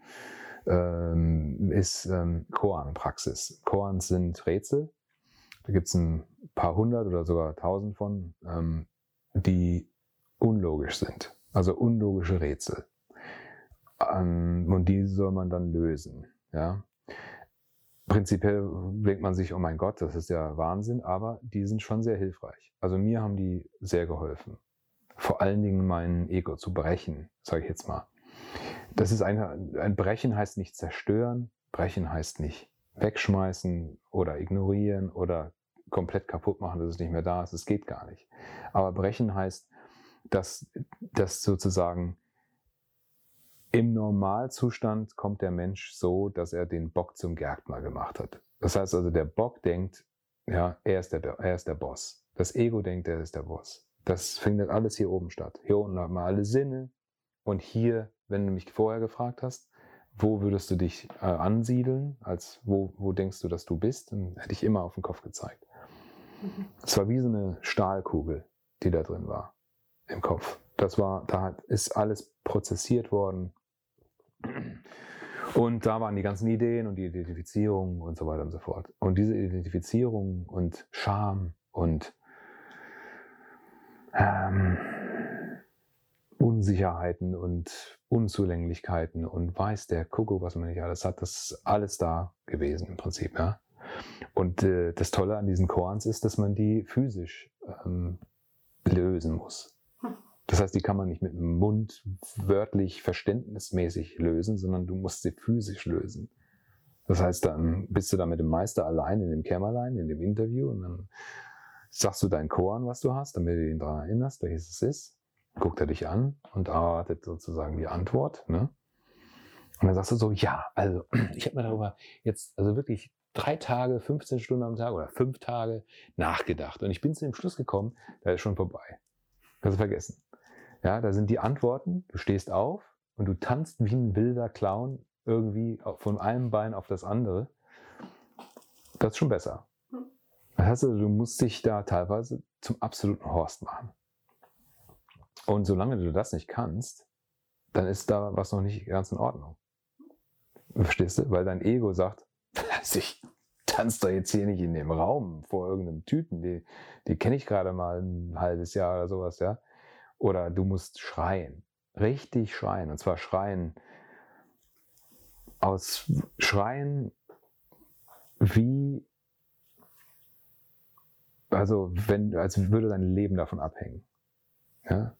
ist Koan-Praxis. Koans sind Rätsel, da gibt es ein paar hundert oder sogar 1000 von, die unlogisch sind, also unlogische Rätsel. Und die soll man dann lösen. Ja? Prinzipiell denkt man sich, oh mein Gott, das ist ja Wahnsinn, aber die sind schon sehr hilfreich. Also mir haben die sehr geholfen. Vor allen Dingen mein Ego zu brechen, sage ich jetzt mal. Das ist ein Brechen heißt nicht zerstören, brechen heißt nicht wegschmeißen oder ignorieren oder komplett kaputt machen, dass es nicht mehr da ist. Das geht gar nicht. Aber brechen heißt, dass sozusagen im Normalzustand kommt der Mensch so, dass er den Bock zum Gärtner gemacht hat. Das heißt also, der Bock denkt, ja, er ist der Boss. Das Ego denkt, er ist der Boss. Das findet alles hier oben statt. Hier unten haben wir alle Sinne. Und hier, wenn du mich vorher gefragt hast, wo würdest du dich ansiedeln, als wo denkst du, dass du bist, dann hätte ich immer auf den Kopf gezeigt. Es war wie so eine Stahlkugel, die da drin war, im Kopf. Da ist alles prozessiert worden. Und da waren die ganzen Ideen und die Identifizierung und so weiter und so fort. Und diese Identifizierung und Scham und Unsicherheiten und Unzulänglichkeiten und weiß der Kuckuck, was man nicht alles hat, das ist alles da gewesen im Prinzip. Ja? Und das Tolle an diesen Koans ist, dass man die physisch lösen muss. Das heißt, die kann man nicht mit dem Mund wörtlich verständnismäßig lösen, sondern du musst sie physisch lösen. Das heißt, dann bist du da mit dem Meister allein in dem Kämmerlein, in dem Interview und dann sagst du deinen Koan, was du hast, damit du ihn daran erinnerst, welches es ist. Guckt er dich an und erwartet sozusagen die Antwort. Ne? Und dann sagst du so, ja, also ich habe mir darüber jetzt also wirklich 3 Tage, 15 Stunden am Tag oder 5 Tage nachgedacht. Und ich bin zu dem Schluss gekommen, da ist schon vorbei. Kannst du vergessen. Ja, da sind die Antworten, du stehst auf und du tanzt wie ein wilder Clown irgendwie von einem Bein auf das andere. Das ist schon besser. Das heißt also, du musst dich da teilweise zum absoluten Horst machen. Und solange du das nicht kannst, dann ist da was noch nicht ganz in Ordnung. Verstehst du? Weil dein Ego sagt, ich tanze doch jetzt hier nicht in dem Raum vor irgendeinem Typen, die kenne ich gerade mal ein halbes Jahr oder sowas, ja. Oder du musst schreien, richtig schreien. Und zwar schreien wie, also als würde dein Leben davon abhängen. Ja?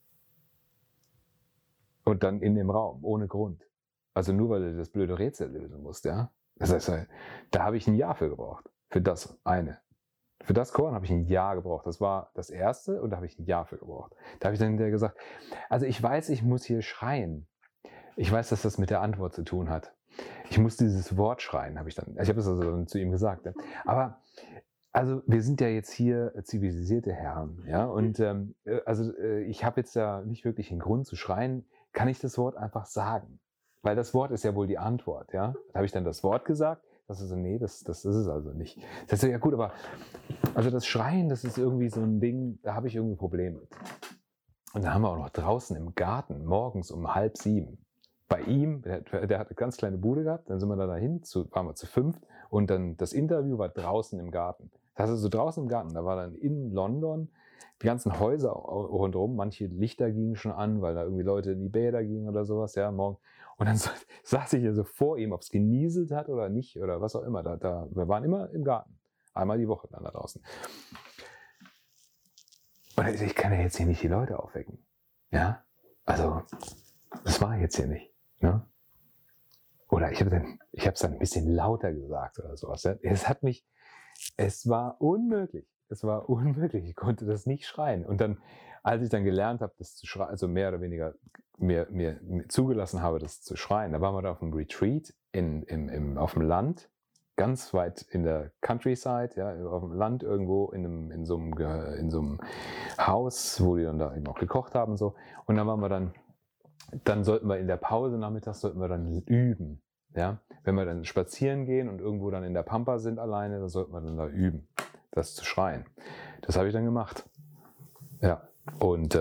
Und dann in dem Raum, ohne Grund. Also nur, weil du das blöde Rätsel lösen musst, ja. Das heißt, da habe ich ein Jahr für gebraucht. Für das eine. Für das Koan habe ich ein Jahr gebraucht. Das war das erste und da habe ich ein Jahr für gebraucht. Da habe ich dann hinterher gesagt, also ich weiß, ich muss hier schreien. Ich weiß, dass das mit der Antwort zu tun hat. Ich muss dieses Wort schreien, habe ich dann. Ich habe das also dann zu ihm gesagt. Aber also wir sind ja jetzt hier zivilisierte Herren, ja. Und ich habe jetzt ja nicht wirklich einen Grund zu schreien. Kann ich das Wort einfach sagen? Weil das Wort ist ja wohl die Antwort, ja. Da habe ich dann das Wort gesagt. Das ist so, nee, das ist es also nicht. Das ist ja gut, aber also das Schreien, das ist irgendwie so ein Ding, da habe ich irgendwie Probleme mit. Und dann haben wir auch noch draußen im Garten, morgens um 6:30. Bei ihm, der hat eine ganz kleine Bude gehabt, dann sind wir da dahin, waren wir zu 5 und dann das Interview war draußen im Garten. Das heißt also draußen im Garten, da war dann in London die ganzen Häuser rundherum, manche Lichter gingen schon an, weil da irgendwie Leute in die Bäder gingen oder sowas, ja, morgen. Und dann saß ich ja so vor ihm, ob es genieselt hat oder nicht oder was auch immer. Wir waren immer im Garten. Einmal die Woche dann da draußen. Und ich kann ja jetzt hier nicht die Leute aufwecken. Ja? Also, das war jetzt hier nicht. Ne? Oder ich habe es dann ein bisschen lauter gesagt oder sowas. Ja? Es war unmöglich. Es war unmöglich. Ich konnte das nicht schreien. Und dann, als ich dann gelernt habe, das zu schreien, also mehr oder weniger mir zugelassen habe, das zu schreien, da waren wir da auf einem Retreat auf dem Land, ganz weit in der Countryside, ja, auf dem Land irgendwo in so einem Haus, wo die dann da eben auch gekocht haben und so. Und dann waren wir dann sollten wir in der Pause nachmittags üben. Ja? Wenn wir dann spazieren gehen und irgendwo dann in der Pampa sind alleine, dann sollten wir dann da üben, das zu schreien. Das habe ich dann gemacht. Ja. Und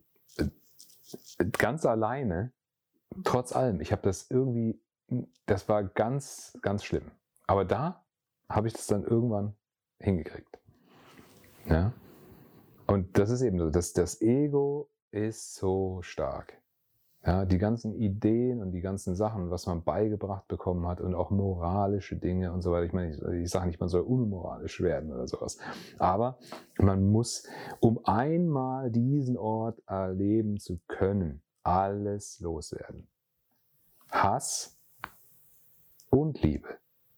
ganz alleine, trotz allem, das war ganz, ganz schlimm. Aber da habe ich das dann irgendwann hingekriegt. Ja? Und das ist eben so, das Ego ist so stark. Ja, die ganzen Ideen und die ganzen Sachen, was man beigebracht bekommen hat und auch moralische Dinge und so weiter. Ich meine, ich sage nicht, man soll unmoralisch werden oder sowas. Aber man muss, um einmal diesen Ort erleben zu können, alles loswerden. Hass und Liebe.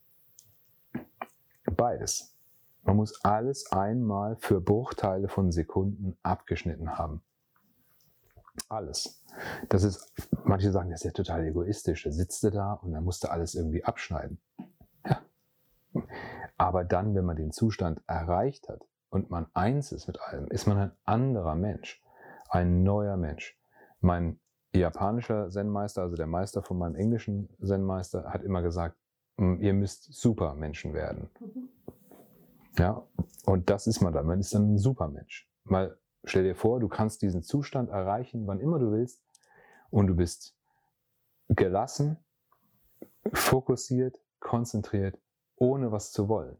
Beides. Man muss alles einmal für Bruchteile von Sekunden abgeschnitten haben. Alles. Das ist, manche sagen, das ist ja total egoistisch. Da sitzt du da und dann musst du alles irgendwie abschneiden. Ja. Aber dann, wenn man den Zustand erreicht hat und man eins ist mit allem, ist man ein anderer Mensch. Ein neuer Mensch. Mein japanischer Zen-Meister, also der Meister von meinem englischen Zen-Meister, hat immer gesagt, ihr müsst Supermenschen werden. Ja, und das ist man dann. Man ist dann ein Supermensch. Weil, stell dir vor, du kannst diesen Zustand erreichen, wann immer du willst, und du bist gelassen, fokussiert, konzentriert, ohne was zu wollen.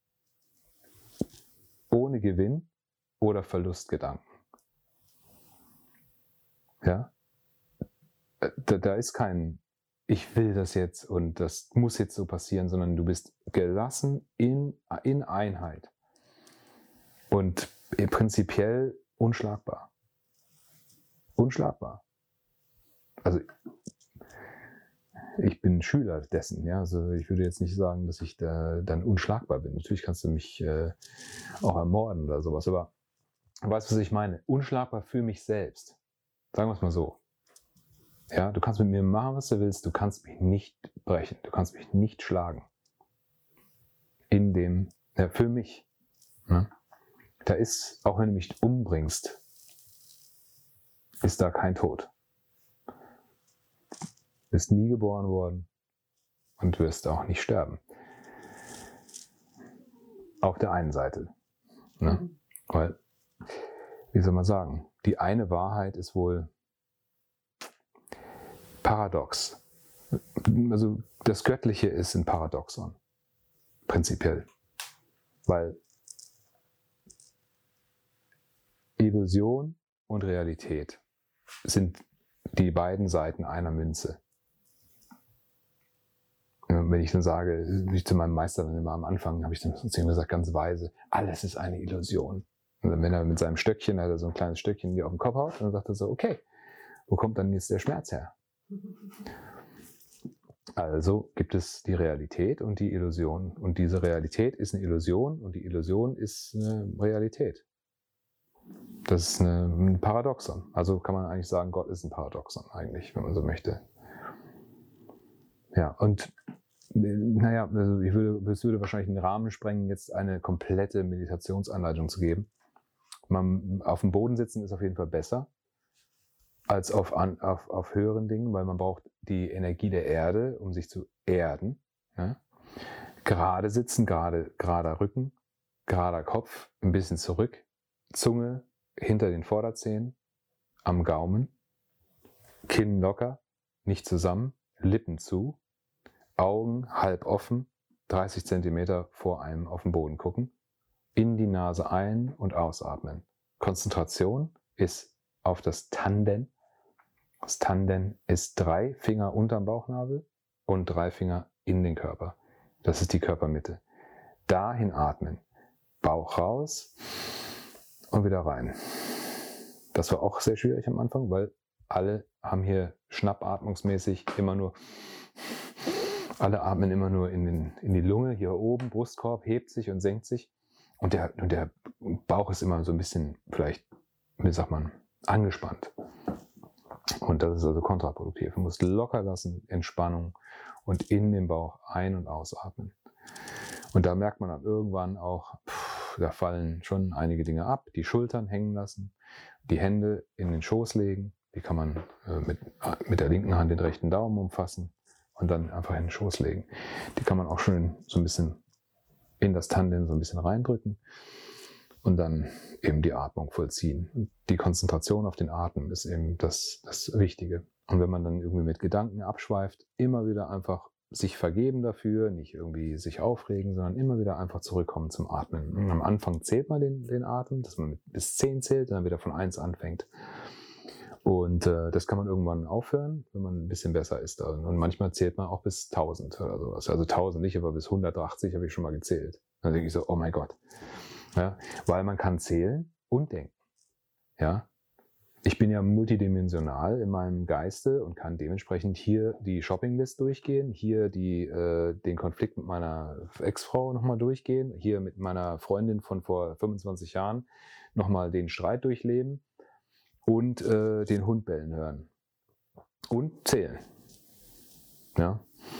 Ohne Gewinn oder Verlustgedanken. Ja? Da ist kein, ich will das jetzt und das muss jetzt so passieren, sondern du bist gelassen in Einheit. Und prinzipiell unschlagbar. Unschlagbar. Also ich bin Schüler dessen, ja. Also ich würde jetzt nicht sagen, dass ich da dann unschlagbar bin. Natürlich kannst du mich auch ermorden oder sowas, aber du weißt, was ich meine. Unschlagbar für mich selbst. Sagen wir es mal so. Ja, du kannst mit mir machen, was du willst, du kannst mich nicht brechen, du kannst mich nicht schlagen. Für mich. Ne? Da ist, auch wenn du mich umbringst, ist da kein Tod. Du bist nie geboren worden und wirst auch nicht sterben. Auf der einen Seite. Ne? Weil, wie soll man sagen, die eine Wahrheit ist wohl paradox. Also das Göttliche ist ein Paradoxon. Prinzipiell. Weil Illusion und Realität sind die beiden Seiten einer Münze. Wenn ich dann sage, wie ich zu meinem Meister dann immer am Anfang, habe ich dann zu ihm gesagt, ganz weise, alles ist eine Illusion. Und dann, wenn er mit seinem Stöckchen, hat er so ein kleines Stöckchen auf den Kopf haut, dann sagt er so, okay, wo kommt dann jetzt der Schmerz her? Also gibt es die Realität und die Illusion. Und diese Realität ist eine Illusion und die Illusion ist eine Realität. Das ist ein Paradoxon. Also kann man eigentlich sagen, Gott ist ein Paradoxon eigentlich, wenn man so möchte. Ja, und naja, also es würde wahrscheinlich den Rahmen sprengen, jetzt eine komplette Meditationsanleitung zu geben. Auf dem Boden sitzen ist auf jeden Fall besser als auf höheren Dingen, weil man braucht die Energie der Erde, um sich zu erden. Ja? Gerade sitzen, gerader Rücken, gerader Kopf, ein bisschen zurück, Zunge hinter den Vorderzähnen, am Gaumen, Kinn locker, nicht zusammen, Lippen zu, Augen halb offen, 30 cm vor einem auf den Boden gucken, in die Nase ein- und ausatmen. Konzentration ist auf das Tanden Das Tanden ist 3 Finger unterm Bauchnabel und 3 Finger in den Körper. Das ist die Körpermitte. Dahin atmen. Bauch raus und wieder rein. Das war auch sehr schwierig am Anfang, weil alle haben hier schnappatmungsmäßig alle atmen immer nur in die Lunge, hier oben, Brustkorb hebt sich und senkt sich. Und der Bauch ist immer so ein bisschen, vielleicht, wie sagt man, angespannt. Und das ist also kontraproduktiv. Du musst locker lassen, Entspannung und in den Bauch ein- und ausatmen. Und da merkt man dann irgendwann auch, da fallen schon einige Dinge ab. Die Schultern hängen lassen, die Hände in den Schoß legen. Die kann man mit der linken Hand den rechten Daumen umfassen und dann einfach in den Schoß legen. Die kann man auch schön so ein bisschen in das Tanden so ein bisschen reindrücken und dann eben die Atmung vollziehen. Und die Konzentration auf den Atem ist eben das Wichtige. Und wenn man dann irgendwie mit Gedanken abschweift, immer wieder einfach sich vergeben dafür, nicht irgendwie sich aufregen, sondern immer wieder einfach zurückkommen zum Atmen. Und am Anfang zählt man den Atem, dass man bis 10 zählt und dann wieder von 1 anfängt. Und das kann man irgendwann aufhören, wenn man ein bisschen besser ist. Und manchmal zählt man auch bis 1000 oder sowas. Also 1000 nicht, aber bis 180 habe ich schon mal gezählt. Dann denke ich so, oh mein Gott. Ja, weil man kann zählen und denken. Ja? Ich bin ja multidimensional in meinem Geiste und kann dementsprechend hier die Shoppinglist durchgehen, hier den Konflikt mit meiner Ex-Frau nochmal durchgehen, hier mit meiner Freundin von vor 25 Jahren nochmal den Streit durchleben und den Hund bellen hören und zählen. Ja?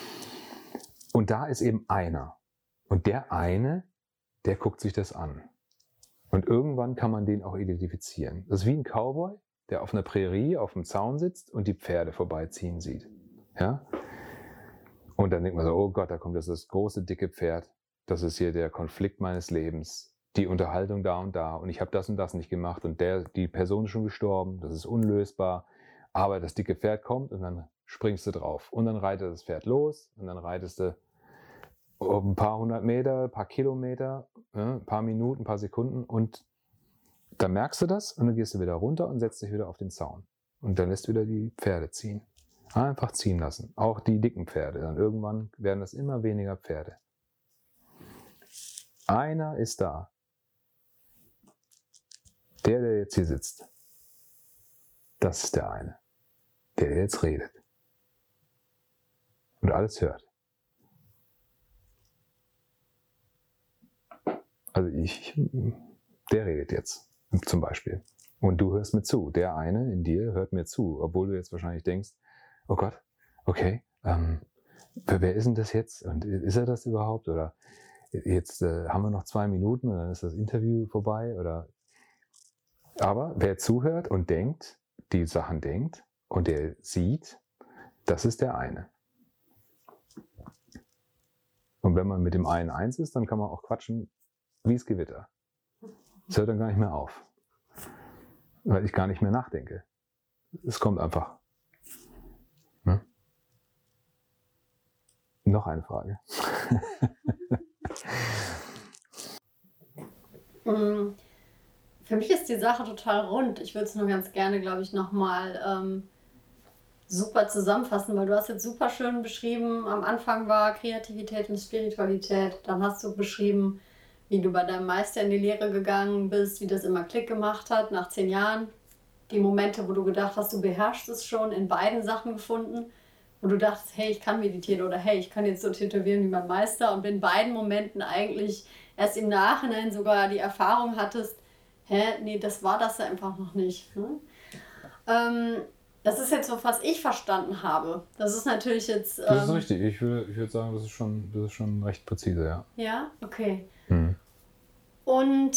Und da ist eben einer. Und der eine, der guckt sich das an. Und irgendwann kann man den auch identifizieren. Das ist wie ein Cowboy, der auf einer Prärie auf dem Zaun sitzt und die Pferde vorbeiziehen sieht. Ja? Und dann denkt man so, oh Gott, da kommt das große, dicke Pferd. Das ist hier der Konflikt meines Lebens. Die Unterhaltung da und da. Und ich habe das und das nicht gemacht. Und die Person ist schon gestorben. Das ist unlösbar. Aber das dicke Pferd kommt und dann springst du drauf. Und dann reitet das Pferd los. Und dann reitest du ein paar 100 Meter, ein paar Kilometer, ein paar Minuten, ein paar Sekunden. Und dann merkst du das und dann gehst du wieder runter und setzt dich wieder auf den Zaun. Und dann lässt du wieder die Pferde ziehen. Einfach ziehen lassen. Auch die dicken Pferde. Dann irgendwann werden das immer weniger Pferde. Einer ist da. Der jetzt hier sitzt. Das ist der eine. Der jetzt redet. Und alles hört. Also der redet jetzt. Zum Beispiel. Und du hörst mir zu. Der eine in dir hört mir zu. Obwohl du jetzt wahrscheinlich denkst, oh Gott, okay, wer ist denn das jetzt? Und ist er das überhaupt? Oder jetzt haben wir noch 2 Minuten und dann ist das Interview vorbei? Aber wer zuhört und denkt, die Sachen denkt und der sieht, das ist der eine. Und wenn man mit dem einen eins ist, dann kann man auch quatschen wie das Gewitter. Es hört dann gar nicht mehr auf. Weil ich gar nicht mehr nachdenke. Es kommt einfach. Hm? Noch eine Frage. Für mich ist die Sache total rund. Ich würde es nur ganz gerne, glaube ich, nochmal super zusammenfassen, weil du hast jetzt super schön beschrieben, am Anfang war Kreativität und Spiritualität. Dann hast du beschrieben, wie du bei deinem Meister in die Lehre gegangen bist, wie das immer Klick gemacht hat nach 10 Jahren. Die Momente, wo du gedacht hast, du beherrschst es schon, in beiden Sachen gefunden, wo du dachtest, hey, ich kann meditieren oder hey, ich kann jetzt so tätowieren wie mein Meister, und in beiden Momenten eigentlich erst im Nachhinein sogar die Erfahrung hattest, nee, das war das einfach noch nicht. Das ist jetzt so, was ich verstanden habe. Das ist natürlich jetzt... das ist richtig. Ich würde sagen, das ist schon recht präzise, ja. Ja? Okay. Mhm. Und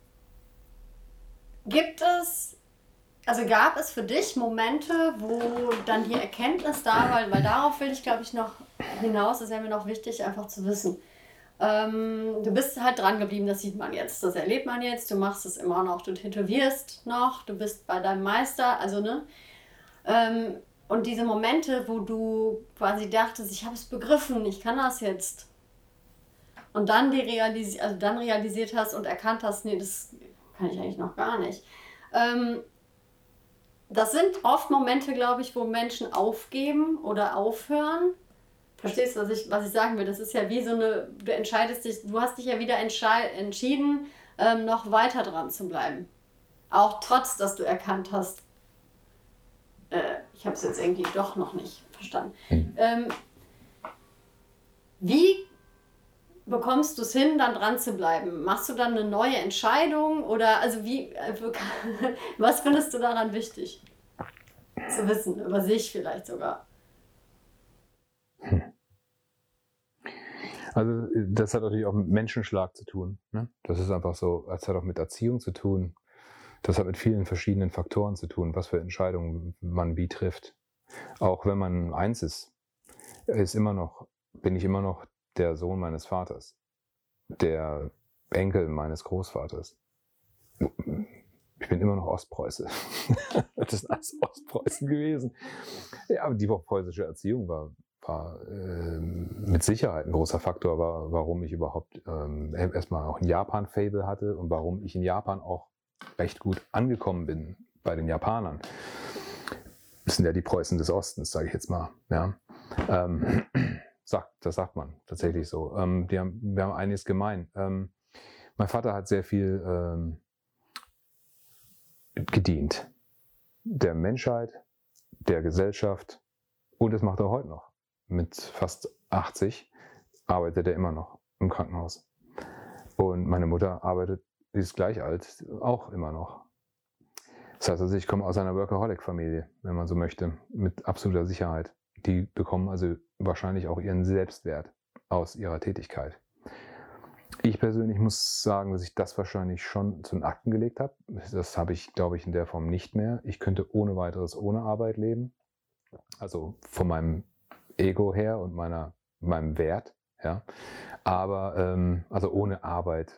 gab es für dich Momente, wo dann die Erkenntnis da war, weil darauf will ich, glaube ich, noch hinaus, das wäre mir noch wichtig, einfach zu wissen. Du bist halt dran geblieben, das sieht man jetzt, das erlebt man jetzt, du machst es immer noch, du tätowierst noch, du bist bei deinem Meister, und diese Momente, wo du quasi dachtest, ich habe es begriffen, ich kann das jetzt, und dann realisiert hast und erkannt hast, nee, das kann ich eigentlich noch gar nicht. Das sind oft Momente, glaube ich, wo Menschen aufgeben oder aufhören. Verstehst du, was ich sagen will? Das ist ja wie so eine, du hast dich ja wieder entschieden, noch weiter dran zu bleiben. Auch trotz, dass du erkannt hast, ich habe es jetzt irgendwie doch noch nicht verstanden. Wie bekommst du es hin, dann dran zu bleiben? Machst du dann eine neue Entscheidung oder was findest du daran wichtig zu wissen, über sich vielleicht sogar? Also das hat natürlich auch mit Menschenschlag zu tun. Ne? Das ist einfach so, das hat auch mit Erziehung zu tun. Das hat mit vielen verschiedenen Faktoren zu tun, was für Entscheidungen man wie trifft. Auch wenn man eins ist, bin ich immer noch der Sohn meines Vaters, der Enkel meines Großvaters. Ich bin immer noch Ostpreuße. Das ist alles Ostpreußen gewesen. Ja, aber die preußische Erziehung war mit Sicherheit ein großer Faktor, warum ich überhaupt erstmal auch ein Japan-Fable hatte und warum ich in Japan auch recht gut angekommen bin bei den Japanern. Das sind ja die Preußen des Ostens, sage ich jetzt mal. Ja. Das sagt man tatsächlich so. Wir haben einiges gemein. Mein Vater hat sehr viel gedient. Der Menschheit, der Gesellschaft, und das macht er heute noch. Mit fast 80 arbeitet er immer noch im Krankenhaus. Und meine Mutter ist gleich alt, auch immer noch. Das heißt also, ich komme aus einer Workaholic-Familie, wenn man so möchte, mit absoluter Sicherheit. Die bekommen also wahrscheinlich auch ihren Selbstwert aus ihrer Tätigkeit. Ich persönlich muss sagen, dass ich das wahrscheinlich schon zu den Akten gelegt habe. Das habe ich, glaube ich, in der Form nicht mehr. Ich könnte ohne weiteres ohne Arbeit leben. Also von meinem Ego her und meinem Wert. Ja. Aber also ohne Arbeit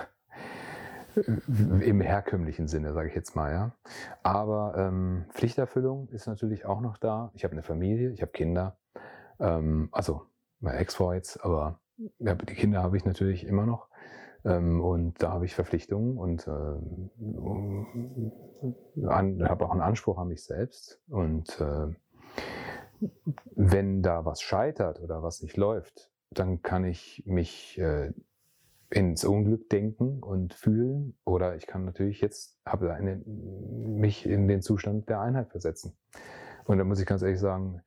im herkömmlichen Sinne, sage ich jetzt mal. Ja. Aber Pflichterfüllung ist natürlich auch noch da. Ich habe eine Familie, ich habe Kinder. Also meine Ex-Frau jetzt, aber ja, die Kinder habe ich natürlich immer noch. Und da habe ich Verpflichtungen und habe auch einen Anspruch an mich selbst. Und wenn da was scheitert oder was nicht läuft, dann kann ich mich ins Unglück denken und fühlen. Oder ich kann natürlich mich in den Zustand der Einheit versetzen. Und da muss ich ganz ehrlich sagen,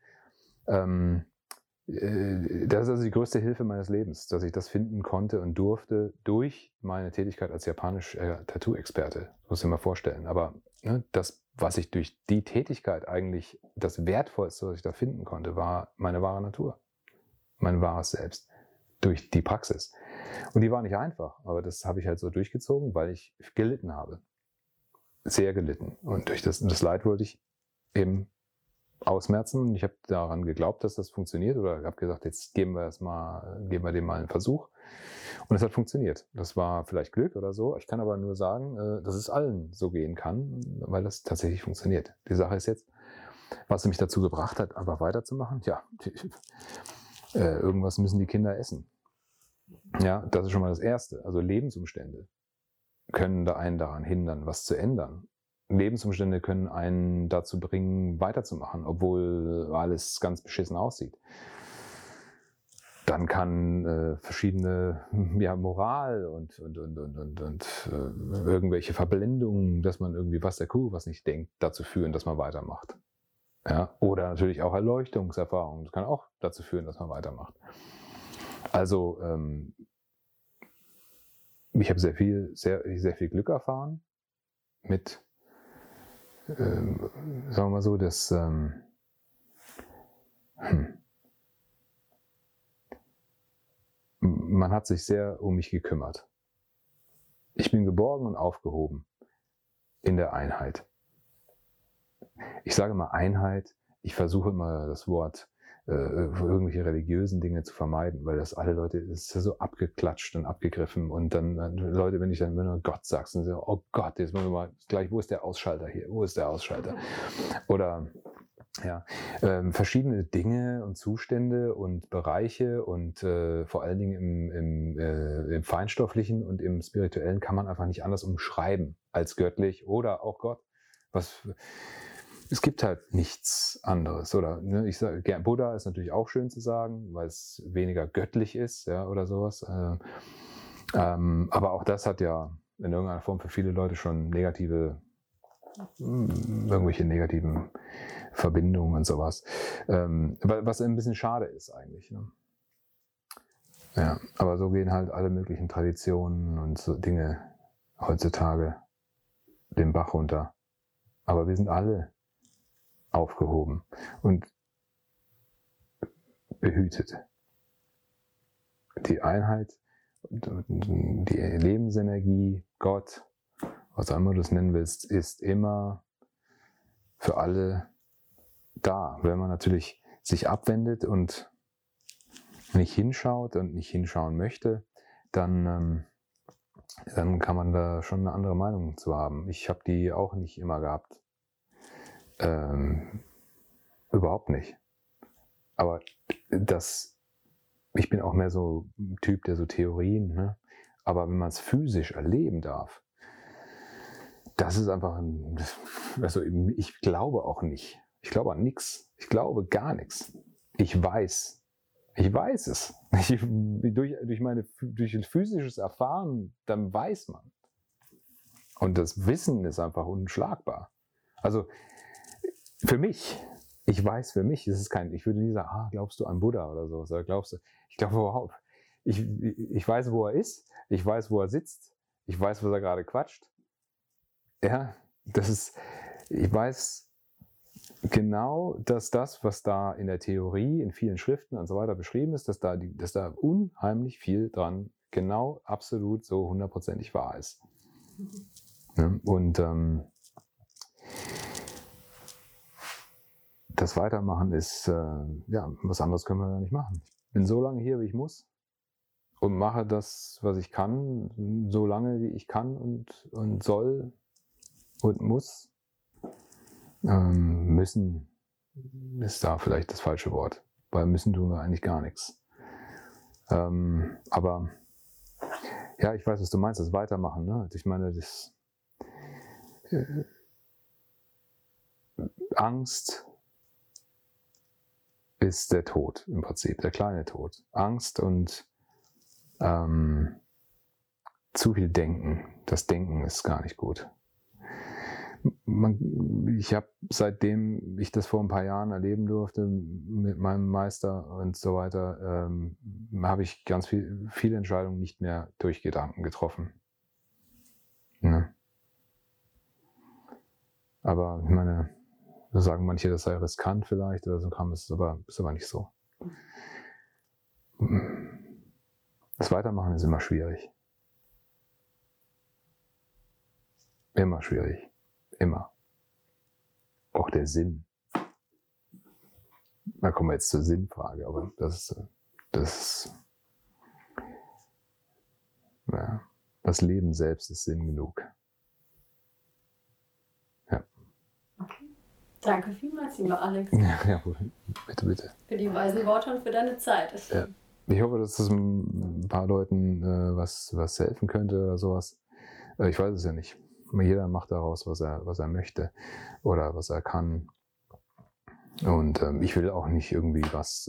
das ist also die größte Hilfe meines Lebens, dass ich das finden konnte und durfte durch meine Tätigkeit als japanischer Tattoo-Experte. Das muss ich mir mal vorstellen. Aber ne, das, was ich durch die Tätigkeit eigentlich das Wertvollste, was ich da finden konnte, war meine wahre Natur. Mein wahres Selbst. Durch die Praxis. Und die war nicht einfach, aber das habe ich halt so durchgezogen, weil ich gelitten habe. Sehr gelitten. Und durch das Leid wollte ich eben ausmerzen. Ich habe daran geglaubt, dass das funktioniert, oder habe gesagt, jetzt geben wir dem mal einen Versuch. Und es hat funktioniert. Das war vielleicht Glück oder so. Ich kann aber nur sagen, dass es allen so gehen kann, weil das tatsächlich funktioniert. Die Sache ist jetzt, was mich dazu gebracht hat, einfach weiterzumachen. Ja, irgendwas müssen die Kinder essen. Ja, das ist schon mal das Erste. Also Lebensumstände können einen daran hindern, was zu ändern. Lebensumstände können einen dazu bringen, weiterzumachen, obwohl alles ganz beschissen aussieht. Dann kann verschiedene Moral und irgendwelche Verblendungen, dass man irgendwie was der Kuh was nicht denkt, dazu führen, dass man weitermacht. Ja? Oder natürlich auch Erleuchtungserfahrungen. Das kann auch dazu führen, dass man weitermacht. Also ich habe sehr viel Glück erfahren mit, sagen wir mal so, dass man hat sich sehr um mich gekümmert. Ich bin geborgen und aufgehoben in der Einheit. Ich sage mal Einheit, ich versuche immer das Wort irgendwelche religiösen Dinge zu vermeiden, weil das alle Leute, das ist ja so abgeklatscht und abgegriffen, und dann Leute, wenn du nur Gott sagst, dann so, oh Gott, jetzt machen wir mal gleich, wo ist der Ausschalter hier, wo ist der Ausschalter? Oder ja, verschiedene Dinge und Zustände und Bereiche und vor allen Dingen im Feinstofflichen und im Spirituellen kann man einfach nicht anders umschreiben als göttlich oder auch Gott. es gibt halt nichts anderes. Oder ne, ich sage, Buddha ist natürlich auch schön zu sagen, weil es weniger göttlich ist, ja, oder sowas. Aber auch das hat ja in irgendeiner Form für viele Leute schon irgendwelche negativen Verbindungen und sowas. Was ein bisschen schade ist eigentlich. Ne? Ja, aber so gehen halt alle möglichen Traditionen und so Dinge heutzutage den Bach runter. Aber wir sind alle aufgehoben und behütet. Die Einheit, die Lebensenergie, Gott, was auch immer du es nennen willst, ist immer für alle da. Wenn man natürlich sich abwendet und nicht hinschaut und nicht hinschauen möchte, dann kann man da schon eine andere Meinung zu haben. Ich habe die auch nicht immer gehabt. Überhaupt nicht. Aber ich bin auch mehr so ein Typ, der so Theorien, ne? Aber wenn man es physisch erleben darf, das ist einfach also ich glaube auch nicht. Ich glaube an nichts. Ich glaube gar nichts. Ich weiß es. Durch ein physisches Erfahren, dann weiß man. Und das Wissen ist einfach unschlagbar. Also für mich, ich weiß für mich, ich würde nie sagen, glaubst du an Buddha oder so, oder glaubst du, ich glaube überhaupt, ich weiß, wo er ist, ich weiß, wo er sitzt, ich weiß, was er gerade quatscht. Ja, ich weiß genau, dass das, was da in der Theorie, in vielen Schriften und so weiter beschrieben ist, dass da unheimlich viel dran genau absolut so 100%ig wahr ist. Ja, und das Weitermachen ist, was anderes können wir ja nicht machen. Ich bin so lange hier, wie ich muss und mache das, was ich kann, so lange, wie ich kann und soll und muss. Müssen ist da vielleicht das falsche Wort, weil müssen tun wir eigentlich gar nichts. Aber ja, ich weiß, was du meinst, das Weitermachen. Ne? Ich meine, Angst ist der Tod im Prinzip, der kleine Tod. Angst und zu viel Denken. Das Denken ist gar nicht gut. Ich habe, seitdem ich das vor ein paar Jahren erleben durfte mit meinem Meister und so weiter, habe ich ganz viele Entscheidungen nicht mehr durch Gedanken getroffen. Ne? Aber ich meine, so sagen manche, das sei riskant vielleicht oder so, ist aber nicht so. Das Weitermachen ist immer schwierig. Immer schwierig. Immer. Auch der Sinn. Da kommen wir jetzt zur Sinnfrage, aber das Leben selbst ist Sinn genug. Ja. Okay. Danke vielmals, lieber Alex. Ja, bitte. Für die weisen Worte und für deine Zeit. Ja. Ich hoffe, dass das ein paar Leuten was helfen könnte oder sowas. Ich weiß es ja nicht. Jeder macht daraus, was er möchte oder was er kann. Und ich will auch nicht irgendwie was,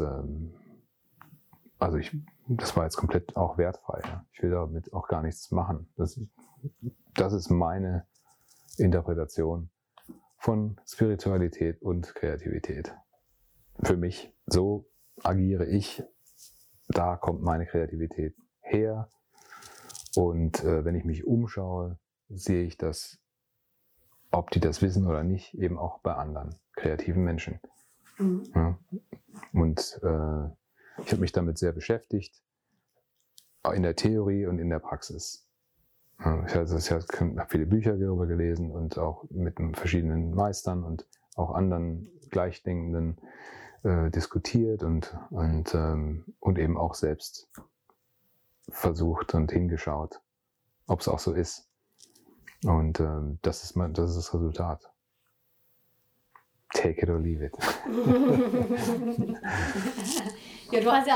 das war jetzt komplett auch wertfrei. Ja. Ich will damit auch gar nichts machen. Das ist meine Interpretation von Spiritualität und Kreativität. Für mich, so agiere ich, da kommt meine Kreativität her. Und wenn ich mich umschaue, sehe ich das, ob die das wissen oder nicht, eben auch bei anderen kreativen Menschen. Mhm. Ja. Und ich habe mich damit sehr beschäftigt, in der Theorie und in der Praxis. Ja, ich habe viele Bücher darüber gelesen und auch mit verschiedenen Meistern und auch anderen Gleichdenkenden diskutiert und eben auch selbst versucht und hingeschaut, ob es auch so ist. Und das ist das Resultat. Take it or leave it. Ja, du hast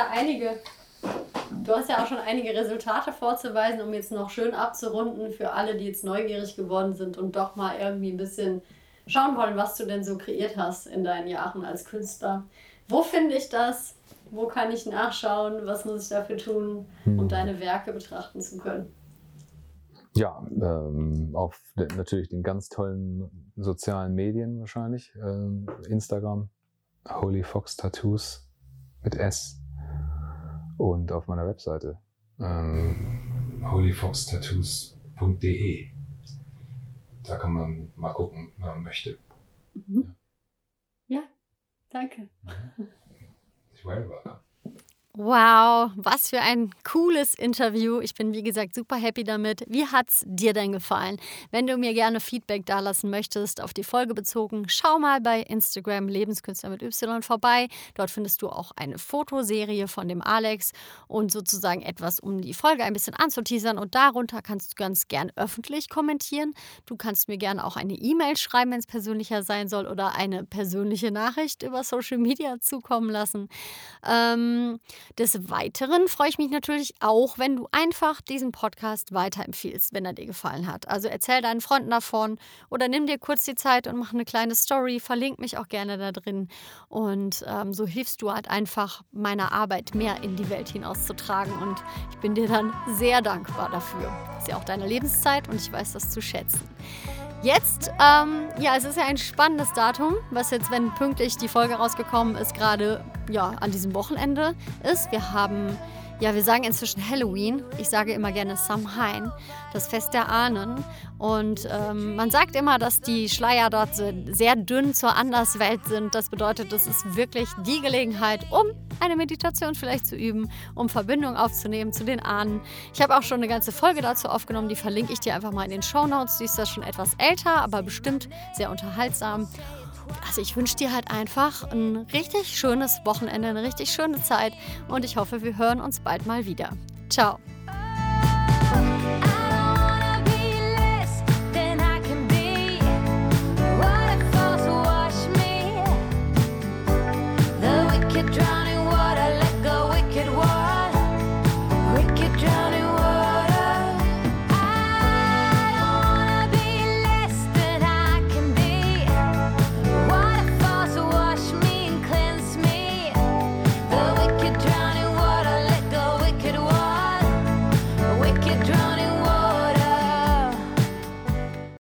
ja auch schon einige Resultate vorzuweisen, um jetzt noch schön abzurunden für alle, die jetzt neugierig geworden sind und doch mal irgendwie ein bisschen schauen wollen, was du denn so kreiert hast in deinen Jahren als Künstler, wo finde ich das? Wo kann ich nachschauen? Was muss ich dafür tun, um deine Werke betrachten zu können? Ja, auf natürlich den ganz tollen sozialen Medien wahrscheinlich. Instagram, Holy Fox Tattoos mit S. Und auf meiner Webseite holyfoxtattoos.de. Da kann man mal gucken, wenn man möchte. Ja, danke. You're very welcome. Wow, was für ein cooles Interview. Ich bin, wie gesagt, super happy damit. Wie hat's dir denn gefallen? Wenn du mir gerne Feedback dalassen möchtest, auf die Folge bezogen, schau mal bei Instagram Lebenskünstler mit Y vorbei. Dort findest du auch eine Fotoserie von dem Alex und sozusagen etwas, um die Folge ein bisschen anzuteasern. Und darunter kannst du ganz gern öffentlich kommentieren. Du kannst mir gerne auch eine E-Mail schreiben, wenn es persönlicher sein soll, oder eine persönliche Nachricht über Social Media zukommen lassen. Des Weiteren freue ich mich natürlich auch, wenn du einfach diesen Podcast weiterempfiehlst, wenn er dir gefallen hat. Also erzähl deinen Freunden davon oder nimm dir kurz die Zeit und mach eine kleine Story, verlink mich auch gerne da drin. Und so hilfst du halt einfach, meiner Arbeit mehr in die Welt hinauszutragen. Und ich bin dir dann sehr dankbar dafür. Das ist ja auch deine Lebenszeit und ich weiß das zu schätzen. Jetzt, es ist ja ein spannendes Datum, was jetzt, wenn pünktlich die Folge rausgekommen ist, gerade an diesem Wochenende ist. Wir sagen inzwischen Halloween. Ich sage immer gerne Samhain, das Fest der Ahnen. Und man sagt immer, dass die Schleier dort sehr dünn zur Anderswelt sind. Das bedeutet, das ist wirklich die Gelegenheit, um eine Meditation vielleicht zu üben, um Verbindung aufzunehmen zu den Ahnen. Ich habe auch schon eine ganze Folge dazu aufgenommen, die verlinke ich dir einfach mal in den Shownotes. Die ist das schon etwas älter, aber bestimmt sehr unterhaltsam. Also ich wünsche dir halt einfach ein richtig schönes Wochenende, eine richtig schöne Zeit und ich hoffe, wir hören uns bald mal wieder. Ciao.